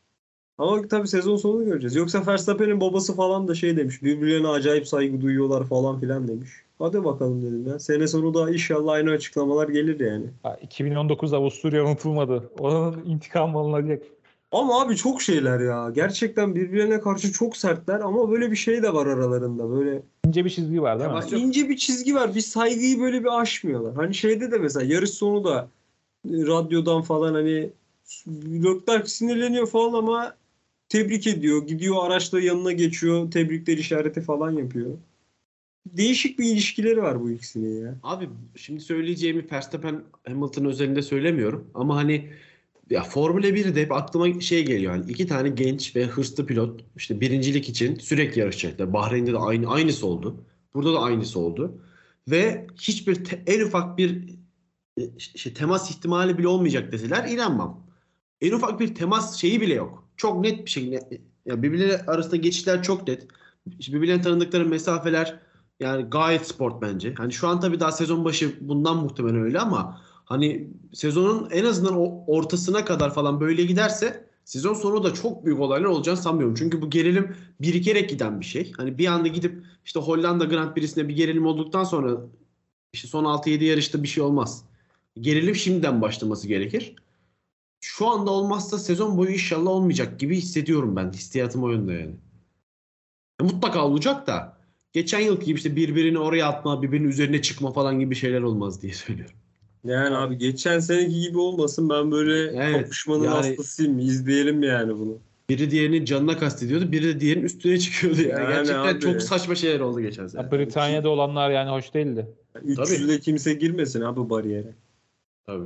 Ama tabii sezon sonunu göreceğiz. Yoksa Verstappen'in babası falan da şey demiş. Birbirlerine acayip saygı duyuyorlar falan filan demiş. Hadi bakalım dedim ya. Sene sonu da inşallah aynı açıklamalar gelir yani. Ha, iki bin on dokuz Avusturya unutulmadı. Onun intikam alınacak. Ama abi çok şeyler ya. Gerçekten birbirlerine karşı çok sertler ama böyle bir şey de var aralarında. Böyle İnce bir çizgi var değil mi? Yavaş- Yok. ince bir çizgi var. Bir saygıyı böyle bir aşmıyorlar. Hani şeyde de mesela yarış sonu da e, radyodan falan hani Leclerc sinirleniyor falan ama tebrik ediyor. Gidiyor araçla yanına geçiyor. Tebrikler işareti falan yapıyor. Değişik bir ilişkileri var bu ikisinin ya. Abi şimdi söyleyeceğimi Verstappen Hamilton özelinde söylemiyorum ama hani ya Formula birde hep aklıma şey geliyor hani iki tane genç ve hırslı pilot işte birincilik için sürekli yarışacaklar. Bahreyn'de de aynı aynısı oldu. Burada da aynısı oldu. Ve hiçbir te- en ufak bir e, şey, temas ihtimali bile olmayacak deseler inanmam. En ufak bir temas şeyi bile yok. Çok net bir şekilde ya birbirleri arasında geçişler çok net. İşte birbirlerine tanıdıkları mesafeler yani gayet sport bence. Hani şu an tabii daha sezon başı bundan muhtemelen öyle ama hani sezonun en azından o ortasına kadar falan böyle giderse sezon sonu da çok büyük olaylar olacağını sanmıyorum. Çünkü bu gerilim birikerek giden bir şey. Hani bir anda gidip işte Hollanda Grand Prix'sinde bir gerilim olduktan sonra işte son altı yedi yarışta bir şey olmaz. Gerilim şimdiden başlaması gerekir. Şu anda olmazsa sezon boyu inşallah olmayacak gibi hissediyorum ben. Hissiyatım o yönde yani. Mutlaka olacak da geçen yılki gibi işte birbirini oraya atma, birbirinin üzerine çıkma falan gibi şeyler olmaz diye söylüyorum. Yani abi geçen seneki gibi olmasın, ben böyle Evet, kapışmanın yani- hastasıyım. İzleyelim yani bunu. Biri diğerinin canına kastediyordu, biri de diğerinin üstüne çıkıyordu yani. Yani Gerçekten abi. çok saçma şeyler oldu geçen sene. Ya Britanya'da olanlar yani hoş değildi. üç yüzde kimse girmesin abi bariyere. Tabii.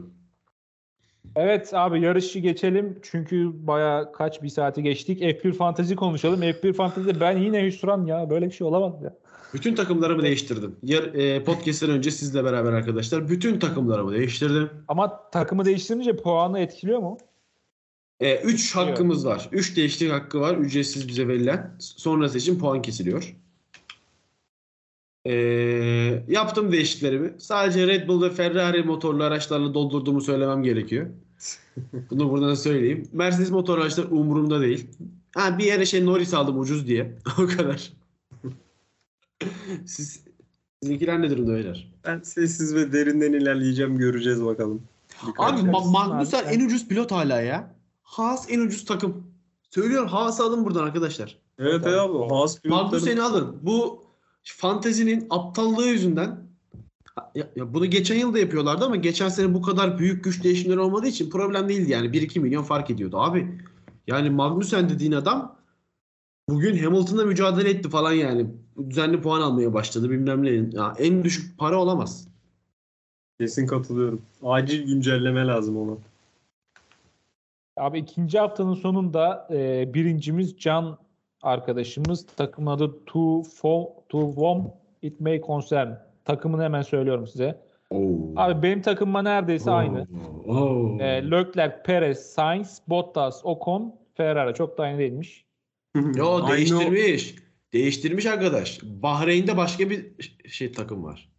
Evet abi yarışı geçelim. Çünkü baya kaç bir saati geçtik. F bir Fantasy konuşalım. F bir Fantasy'de ben yine hüsran ya. Böyle bir şey olamaz ya. Bütün takımlarımı değiştirdim. Yar, e, podcast'ten önce sizle beraber arkadaşlar bütün takımlarımı değiştirdim. Ama takımı değiştirince puanı etkiliyor mu? üç hakkımız var. üç değişiklik hakkı var. Ücretsiz bize verilen. Sonrası için puan kesiliyor. Ee, yaptım değişiklerimi. Sadece Red Bull ve Ferrari motorlu araçlarla doldurduğumu söylemem gerekiyor. Bunu buradan söyleyeyim. Mercedes motorlu araçlar umurumda değil. Ha, bir yere şey Norris aldım ucuz diye. O kadar. Siz, sizinkiler ne durumda beyler? Ben sessiz ve derinden ilerleyeceğim. Göreceğiz bakalım. Abi Ma- Magnussen abi. en ucuz pilot hala ya. Haas en ucuz takım. Söylüyorum, Haas'ı alın buradan arkadaşlar. Evet evet abi. Haas Magnussen'i pilotları. alın. Bu fantezinin aptallığı yüzünden ya, ya bunu geçen yıl da yapıyorlardı ama geçen sene bu kadar büyük güç değişimleri olmadığı için problem değildi yani. bir iki milyon fark ediyordu abi. Yani Magnussen dediğin adam bugün Hamilton'la mücadele etti falan yani. Düzenli puan almaya başladı bilmem ne. Ya en düşük para olamaz. Kesin katılıyorum. Acil güncelleme lazım ona. Abi ikinci haftanın sonunda e, birincimiz Can arkadaşımız. Takım adı To, Fo, to Whom It May Concern. Takımını hemen söylüyorum size. Oo. Abi benim takımıma neredeyse aynı. Oo. E, Leclerc, Perez, Sainz, Bottas, Ocon, Ferrari. Çok da aynı değilmiş. Yo, Aynı o- değiştirmiş. Değiştirmiş arkadaş. Bahreyn'de başka bir şey takım var.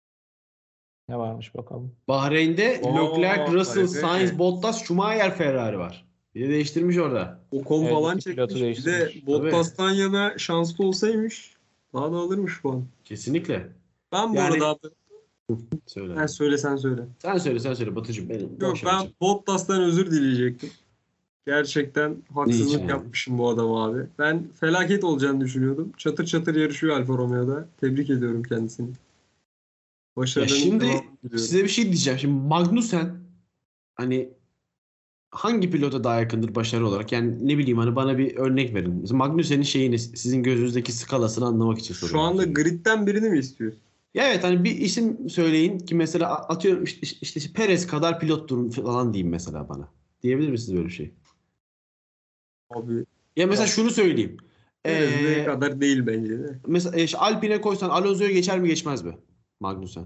Ne varmış bakalım. Bahreyn'de Oo, Leclerc, Russell, evet. Sainz, Bottas, Schumacher, Ferrari var. Bir de değiştirmiş orada. Ocon Evet, falan iki pilotu çekmiş. Bir de değiştirmiş. Bottas'tan yana şanslı olsaymış daha da alırmış puan. Kesinlikle. Ben bu Yani- arada abi, Söyle. ben söyle sen söyle. Sen söyle sen söyle Batucuğum benim. Yok boş ben ver. Bottas'tan özür dileyecektim. Gerçekten haksızlık Niçin? yapmışım bu adama abi. Ben felaket olacağını düşünüyordum. Çatır çatır yarışıyor Alfa Romeo'da. Tebrik ediyorum kendisini. Ya Başarılarının şimdi devamını diliyorum. size bir şey diyeceğim. Şimdi Magnussen hani hangi pilota daha yakındır başarı olarak? Yani ne bileyim hani bana bir örnek verin. Mesela Magnussen'in şeyini sizin gözünüzdeki skalasını anlamak için soruyorum. Şu anda gridden birini mi istiyorsun? Ya evet hani bir isim söyleyin ki mesela atıyorum işte, işte, işte Perez kadar pilottur falan diyeyim mesela bana. Diyebilir misiniz böyle bir şey? Abi Ya mesela Ya. şunu söyleyeyim. Perez ne Ee, kadar değil bence de. mesela işte Alpine koysan Alonso'ya geçer mi geçmez mi? Magnussen.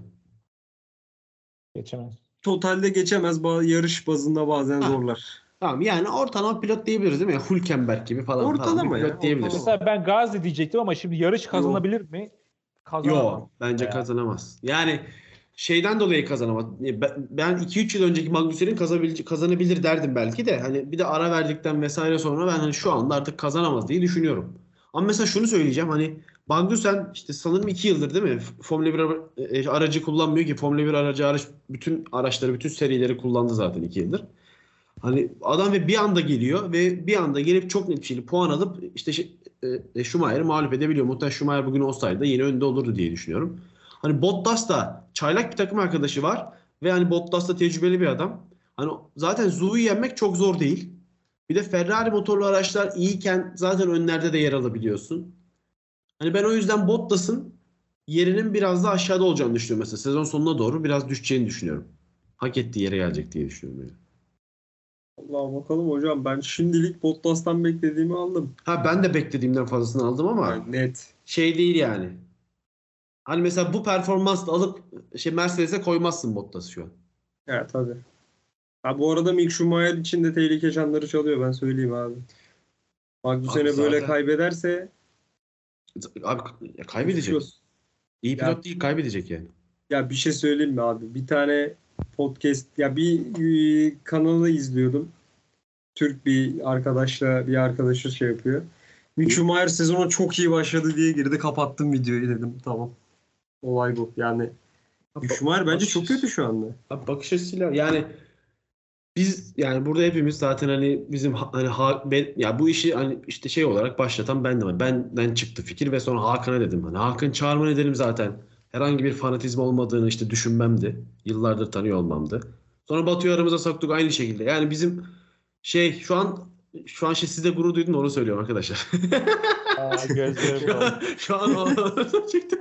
Geçemez. Totalde geçemez. Ba- yarış bazında bazen Ha. zorlar. Tamam yani ortalama pilot diyebiliriz değil mi? Hülkenberg gibi falan. Ortalama falan bir ya, pilot diyebiliriz. ortalama. Mesela ben Gazi diyecektim ama şimdi yarış kazanabilir mi? Kazanamaz. Yok bence Ya. kazanamaz. Yani şeyden dolayı kazanamaz. Ben- Ben iki üç yıl önceki Magnussen'in kazanabilecek kazanabilir derdim belki de. Hani bir de ara verdikten vesaire sonra ben hani şu anda artık kazanamaz diye düşünüyorum. Ama mesela şunu söyleyeceğim hani Magnussen işte sanırım iki yıldır değil mi? Formula bir ara- e, aracı kullanmıyor ki. Formula bir aracı araç bütün araçları, bütün serileri kullandı zaten iki yıldır. Hani adam ve bir anda geliyor ve bir anda gelip çok net bir şekilde puan alıp işte şey, e, Schumacher'i mağlup edebiliyor. Muhtemelen Schumacher bugün olsaydı yine önde olurdu diye düşünüyorum. Hani Bottas da çaylak bir takım arkadaşı var ve hani Bottas da tecrübeli bir adam. Hani zaten Zhou'yu yenmek çok zor değil. Bir de Ferrari motorlu araçlar iyiyken zaten önlerde de yer alabiliyorsun. Hani ben o yüzden Bottas'ın yerinin biraz da aşağıda olacağını düşünüyorum mesela. Sezon sonuna doğru biraz düşeceğini düşünüyorum. Hak ettiği yere gelecek diye düşünüyorum yani. Allah bakalım hocam. Ben şimdilik Bottas'tan beklediğimi aldım. Ha ben de beklediğimden fazlasını aldım ama Yani net. şey değil yani. Hani mesela bu performansla alıp şey Mercedes'e koymazsın Bottas'ı şu an. Evet tabii. Ha, bu arada Mick Schumacher için de tehlike çanları çalıyor, ben söyleyeyim abi. Bak bu Abi sene böyle zaten- kaybederse Abi ya kaybedecek. düşüyoruz. İyi Ya- pilot değil kaybedecek yani. Ya bir şey söyleyeyim mi abi? Bir tane podcast, ya bir e, kanalı izliyordum. Türk bir arkadaşla bir arkadaşı şey yapıyor. Mick Schumacher sezona çok iyi başladı diye girdi. Kapattım videoyu, dedim. Tamam. Olay bu. Yani Mick Schumacher bence çok kötü şu anda. Abi bakış açısıyla yani biz yani burada hepimiz zaten hani bizim ha- hani ha, ben, ya bu işi hani işte şey olarak başlatan bendim. Benden çıktı fikir ve sonra Hakan'a dedim. Hani Hakan çağırma nedenim zaten herhangi bir fanatizm olmadığını işte düşünmemdi. Yıllardır tanıyor olmamdı. Sonra Batu'yu aramıza soktuk aynı şekilde. Yani bizim şey şu an şu an şey size gurur duydum da onu söylüyorum arkadaşlar. Aa, gözlerim Şu doldu. an, şu an o çıktı.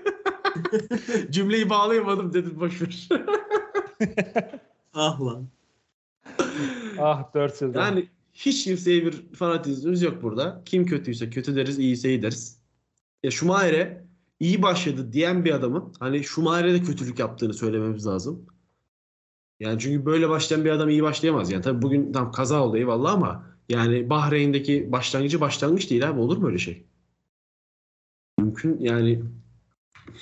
Cümleyi bağlayamadım dedim boşver. Ah lan. Ah dört sezon. Yani hiç kimseye bir fanatizmimiz yok burada. Kim kötüyse kötü deriz, iyiyse iyi deriz. Ya Schumacher'e iyi başladı diyen bir adamın hani Schumacher'e de kötülük yaptığını söylememiz lazım. Yani çünkü böyle başlayan bir adam iyi başlayamaz. Yani tabii bugün tam kaza oldu eyvallah ama yani Bahreyn'deki başlangıcı başlangıç değil abi. Olur mu öyle şey? Mümkün yani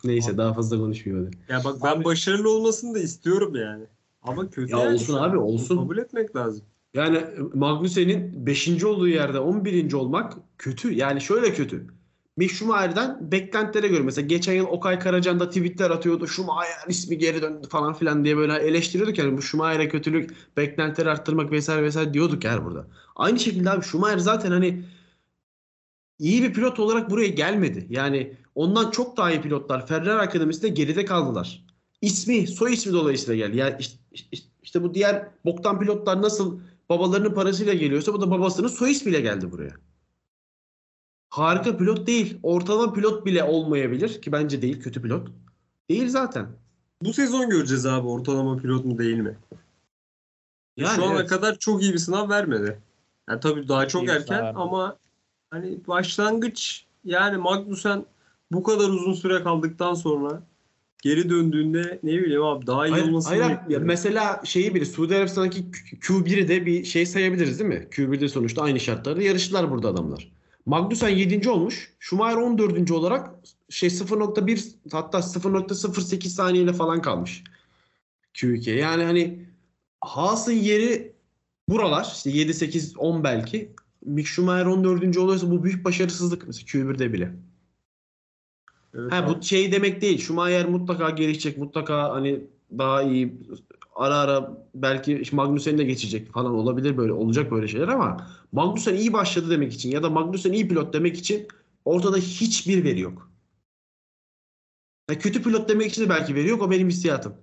Neyse daha fazla konuşmuyor hadi. Ya bak ben başarılı olmasını da istiyorum yani. Ama kötü Ya yani olsun şu an. abi, Bunu olsun. Kabul etmek lazım. Yani Magnussen'in beşinci olduğu yerde on birinci olmak kötü. Yani şöyle kötü. Mick Schumacher'den beklentilere göre mesela geçen yıl Okay Karacan da tweetler atıyordu. Schumacher ismi geri döndü falan filan diye böyle eleştiriyorduk. Yani bu Schumacher'e kötülük, beklentileri arttırmak vesaire vesaire diyorduk yani burada. Aynı şekilde abi Schumacher zaten hani iyi bir pilot olarak buraya gelmedi. Yani ondan çok daha iyi pilotlar Ferrari Akademisi'nde geride kaldılar. İsmi, soy ismi dolayısıyla geldi. Yani işte, işte, işte bu diğer boktan pilotlar nasıl babalarının parasıyla geliyorsa bu da babasının soy ismiyle geldi buraya. Harika pilot değil. Ortalama pilot bile olmayabilir ki bence değil, kötü pilot. Değil zaten. Bu sezon göreceğiz abi ortalama pilot mu değil mi? Yani Şu ana evet. kadar çok iyi bir sınav vermedi. Yani tabii daha çok iyi bir sınav erken vermedi. ama hani başlangıç yani Magnussen bu kadar uzun süre kaldıktan sonra geri döndüğünde ne bileyim abi daha iyi Hayır, olmasını hayır abi. Ya bekliyorum. mesela şeyi biri Suudi Arabistan'daki Q biri de bir şey sayabiliriz değil mi? Q birde sonuçta aynı şartlarda yarıştılar burada adamlar. Magnussen yedinci olmuş. Schumacher on dördüncü olarak şey sıfır nokta bir hatta sıfır nokta sıfır sekiz saniyeyle falan kalmış Q ikiye. Yani hani Haas'ın yeri buralar işte yedi sekiz on belki. Mick Schumacher on dördüncü oluyorsa bu büyük başarısızlık mesela Q birde bile. Evet Ha abi. bu şey demek değil. Schumacher mutlaka gelişecek. Mutlaka hani daha iyi ara ara belki Magnussen de geçecek falan olabilir böyle olacak böyle şeyler ama Magnussen iyi başladı demek için ya da Magnussen iyi pilot demek için ortada hiçbir veri yok. Ha, kötü pilot demek için de belki veri yok. O benim hissiyatım.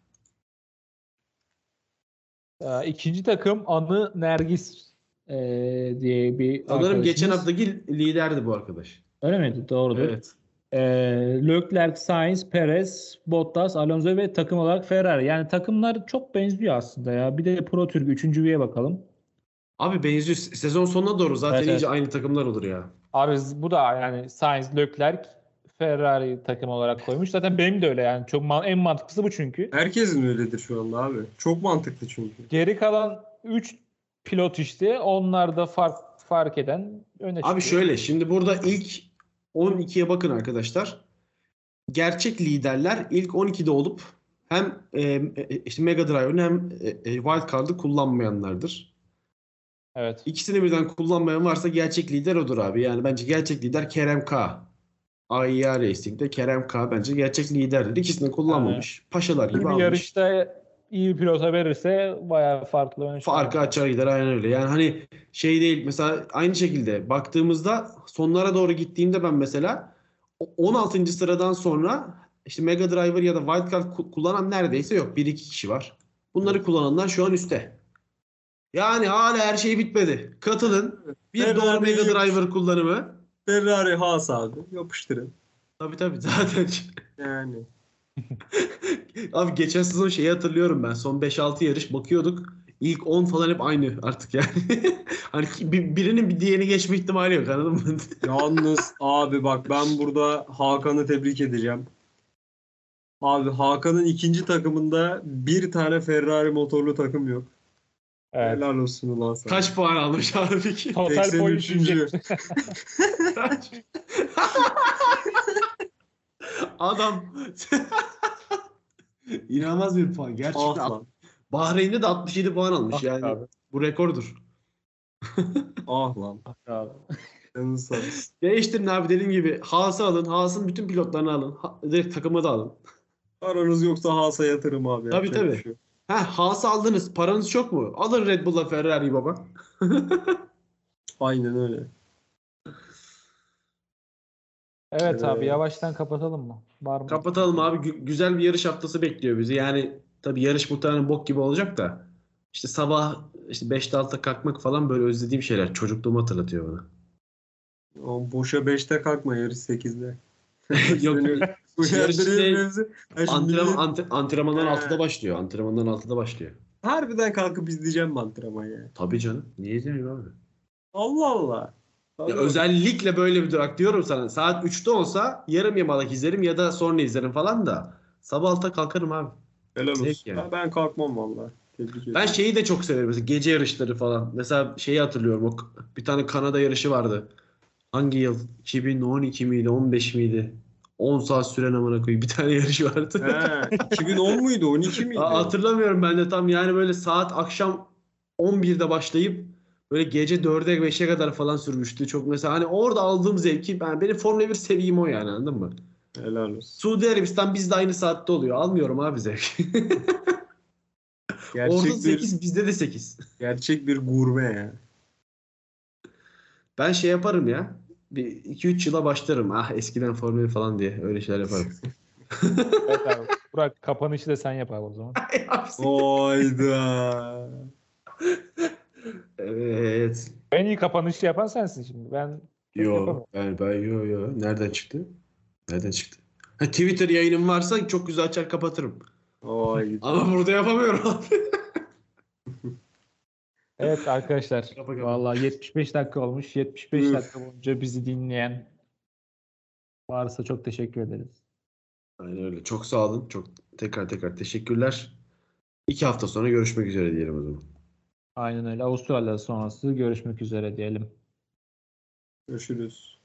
Ee, İkinci takım Anı Nergis ee, diye bir Sanırım arkadaşımız. geçen haftaki liderdi bu arkadaş. Öyle miydi? Doğrudur. Evet. Ee, Leclerc, Sainz, Perez, Bottas, Alonso ve takım olarak Ferrari. Yani takımlar çok benziyor aslında ya. Bir de Pro Türk üçüncüye bakalım. Abi benziyor. Sezon sonuna doğru zaten Evet, iyice evet. aynı takımlar olur ya. Abi bu da yani Sainz, Leclerc, Ferrari takım olarak koymuş. Zaten benim de öyle yani. Çok man- en mantıklısı bu çünkü. Herkesin öyledir şu anda abi. Çok mantıklı çünkü. Geri kalan üç pilot işte onlar da fark fark eden öne çıkıyor. Abi şöyle şimdi burada ilk on ikiye bakın arkadaşlar. Gerçek liderler ilk on ikide olup hem e, e, işte Mega Drive'ını hem e, e, Wild Card'ı kullanmayanlardır. Evet. İkisini birden kullanmayan varsa gerçek lider odur abi. Yani bence gerçek lider Kerem K. A I A Racing'de Kerem K bence gerçek liderdir. İkisini kullanmamış. Paşalar İyi gibi bir almış. yarışta iyi bir pilota verirse bayağı farklı öne çıkar. Farkı açar gider aynen öyle. Yani hani şey değil mesela aynı şekilde baktığımızda sonlara doğru gittiğimde ben mesela on altıncı sıradan sonra işte Mega Driver ya da Wildcard ku- kullanan neredeyse yok. bir iki kişi var. Bunları kullananlar şu an üstte. Yani hala her şey bitmedi. Katılın. Bir Ferrari doğru Mega yok. Driver kullanımı. Ferrari Haas abi yapıştırın. Tabii tabii zaten. Yani. Abi geçen sezon şeyi hatırlıyorum ben. Son beş altı yarış bakıyorduk. İlk on falan hep aynı artık yani. Hani bir- birinin bir diğerini geçme ihtimali yok anladın mı? Yalnız abi bak ben burada Hakan'ı tebrik edeceğim. Abi Hakan'ın ikinci takımında bir tane Ferrari motorlu takım yok. Evet. Helal olsun ulan sana. Kaç puan almış abi peki? Total seksen point üçüncü. Kaç? Adam İnanılmaz bir puan. Ah Gerçekten. lan. Bahreyn'de de altmış yedi puan almış. Ah Yani abi. bu rekordur. Ah lan. Abi. Canınız sağ olsun. Değiştirin abi dediğim gibi. Haas'ı alın. Haas'ın bütün pilotlarını alın. Ha, direkt takımı da alın. Paranız yoksa Haas'a yatırım abi. Tabii, Yapacak bir tabii. şey yok. Ha Haas'ı aldınız. Paranız çok mu? Alın Red Bull'la Ferrari baba. Aynen öyle. Evet abi Evet. yavaştan kapatalım mı? Var mı? Kapatalım abi. Gü- güzel bir yarış haftası bekliyor bizi. Yani tabii yarış muhtemelen bok gibi olacak da. İşte sabah işte beşte altıda kalkmak falan böyle özlediğim şeyler. Çocukluğumu hatırlatıyor bana. O boşa beşte kalkma yarış sekizde. Yok. Seni Yarış uyandırayım değil. mevzu. Ha şimdi Antrenman, millet- ante- antrenmandan He. altıda başlıyor. Antrenmandan altıda başlıyor. Harbiden kalkıp izleyeceğim mi antrenmanı ya? Tabii canım. Niye izlemiyorum abi? Allah Allah. Ya Allah. özellikle böyle bir durak diyorum sana. Saat üçte olsa yarım yamalak izlerim ya da sonra izlerim falan da. Sabah altıda kalkarım abi. Helal olsun. Zevk yani. Ben, ben kalkmam valla. Tebrik ederim. Ben şeyi de çok severim. Mesela gece yarışları falan. Mesela şeyi hatırlıyorum. O k- bir tane Kanada yarışı vardı. Hangi yıl? iki bin on iki miydi? on beş miydi? on saat süren amına koyayım bir tane yarış vardı. He, iki bin on muydu? on iki miydi? Aa, hatırlamıyorum ben de tam yani böyle saat akşam on birde başlayıp böyle gece dörde beşe kadar falan sürmüştü. Çok mesela hani orada aldığım zevki ben benim Formula bir seviyim o yani anladın mı? Helal olsun. Suudi Arabistan bizde aynı saatte oluyor. Almıyorum abi zevki. Orada Gerçek bir, sekiz bizde de sekiz. gerçek bir gurme ya. Ben şey yaparım ya. Bir iki üç yıla başlarım. Ah eskiden Formula bir falan diye öyle şeyler yaparım. Evet abi. Burak kapanışı da sen yap abi o zaman. Oyda. Evet. En iyi kapanışı yapan sensin şimdi. Ben çok Yo yapamam. ben, ben yo yo. Nereden çıktı? Nereden çıktı? Ha, Twitter yayınım varsa çok güzel açar kapatırım. Oyda. Ama burada yapamıyorum abi. Evet arkadaşlar. Kapa kapa. Vallahi yetmiş beş dakika olmuş. yetmiş beş Üf. dakika boyunca bizi dinleyen varsa çok teşekkür ederiz. Aynen öyle. Çok sağ olun. Çok tekrar tekrar teşekkürler. İki hafta sonra görüşmek üzere diyelim o zaman. Aynen öyle. Avustralya sonrası görüşmek üzere diyelim. Görüşürüz.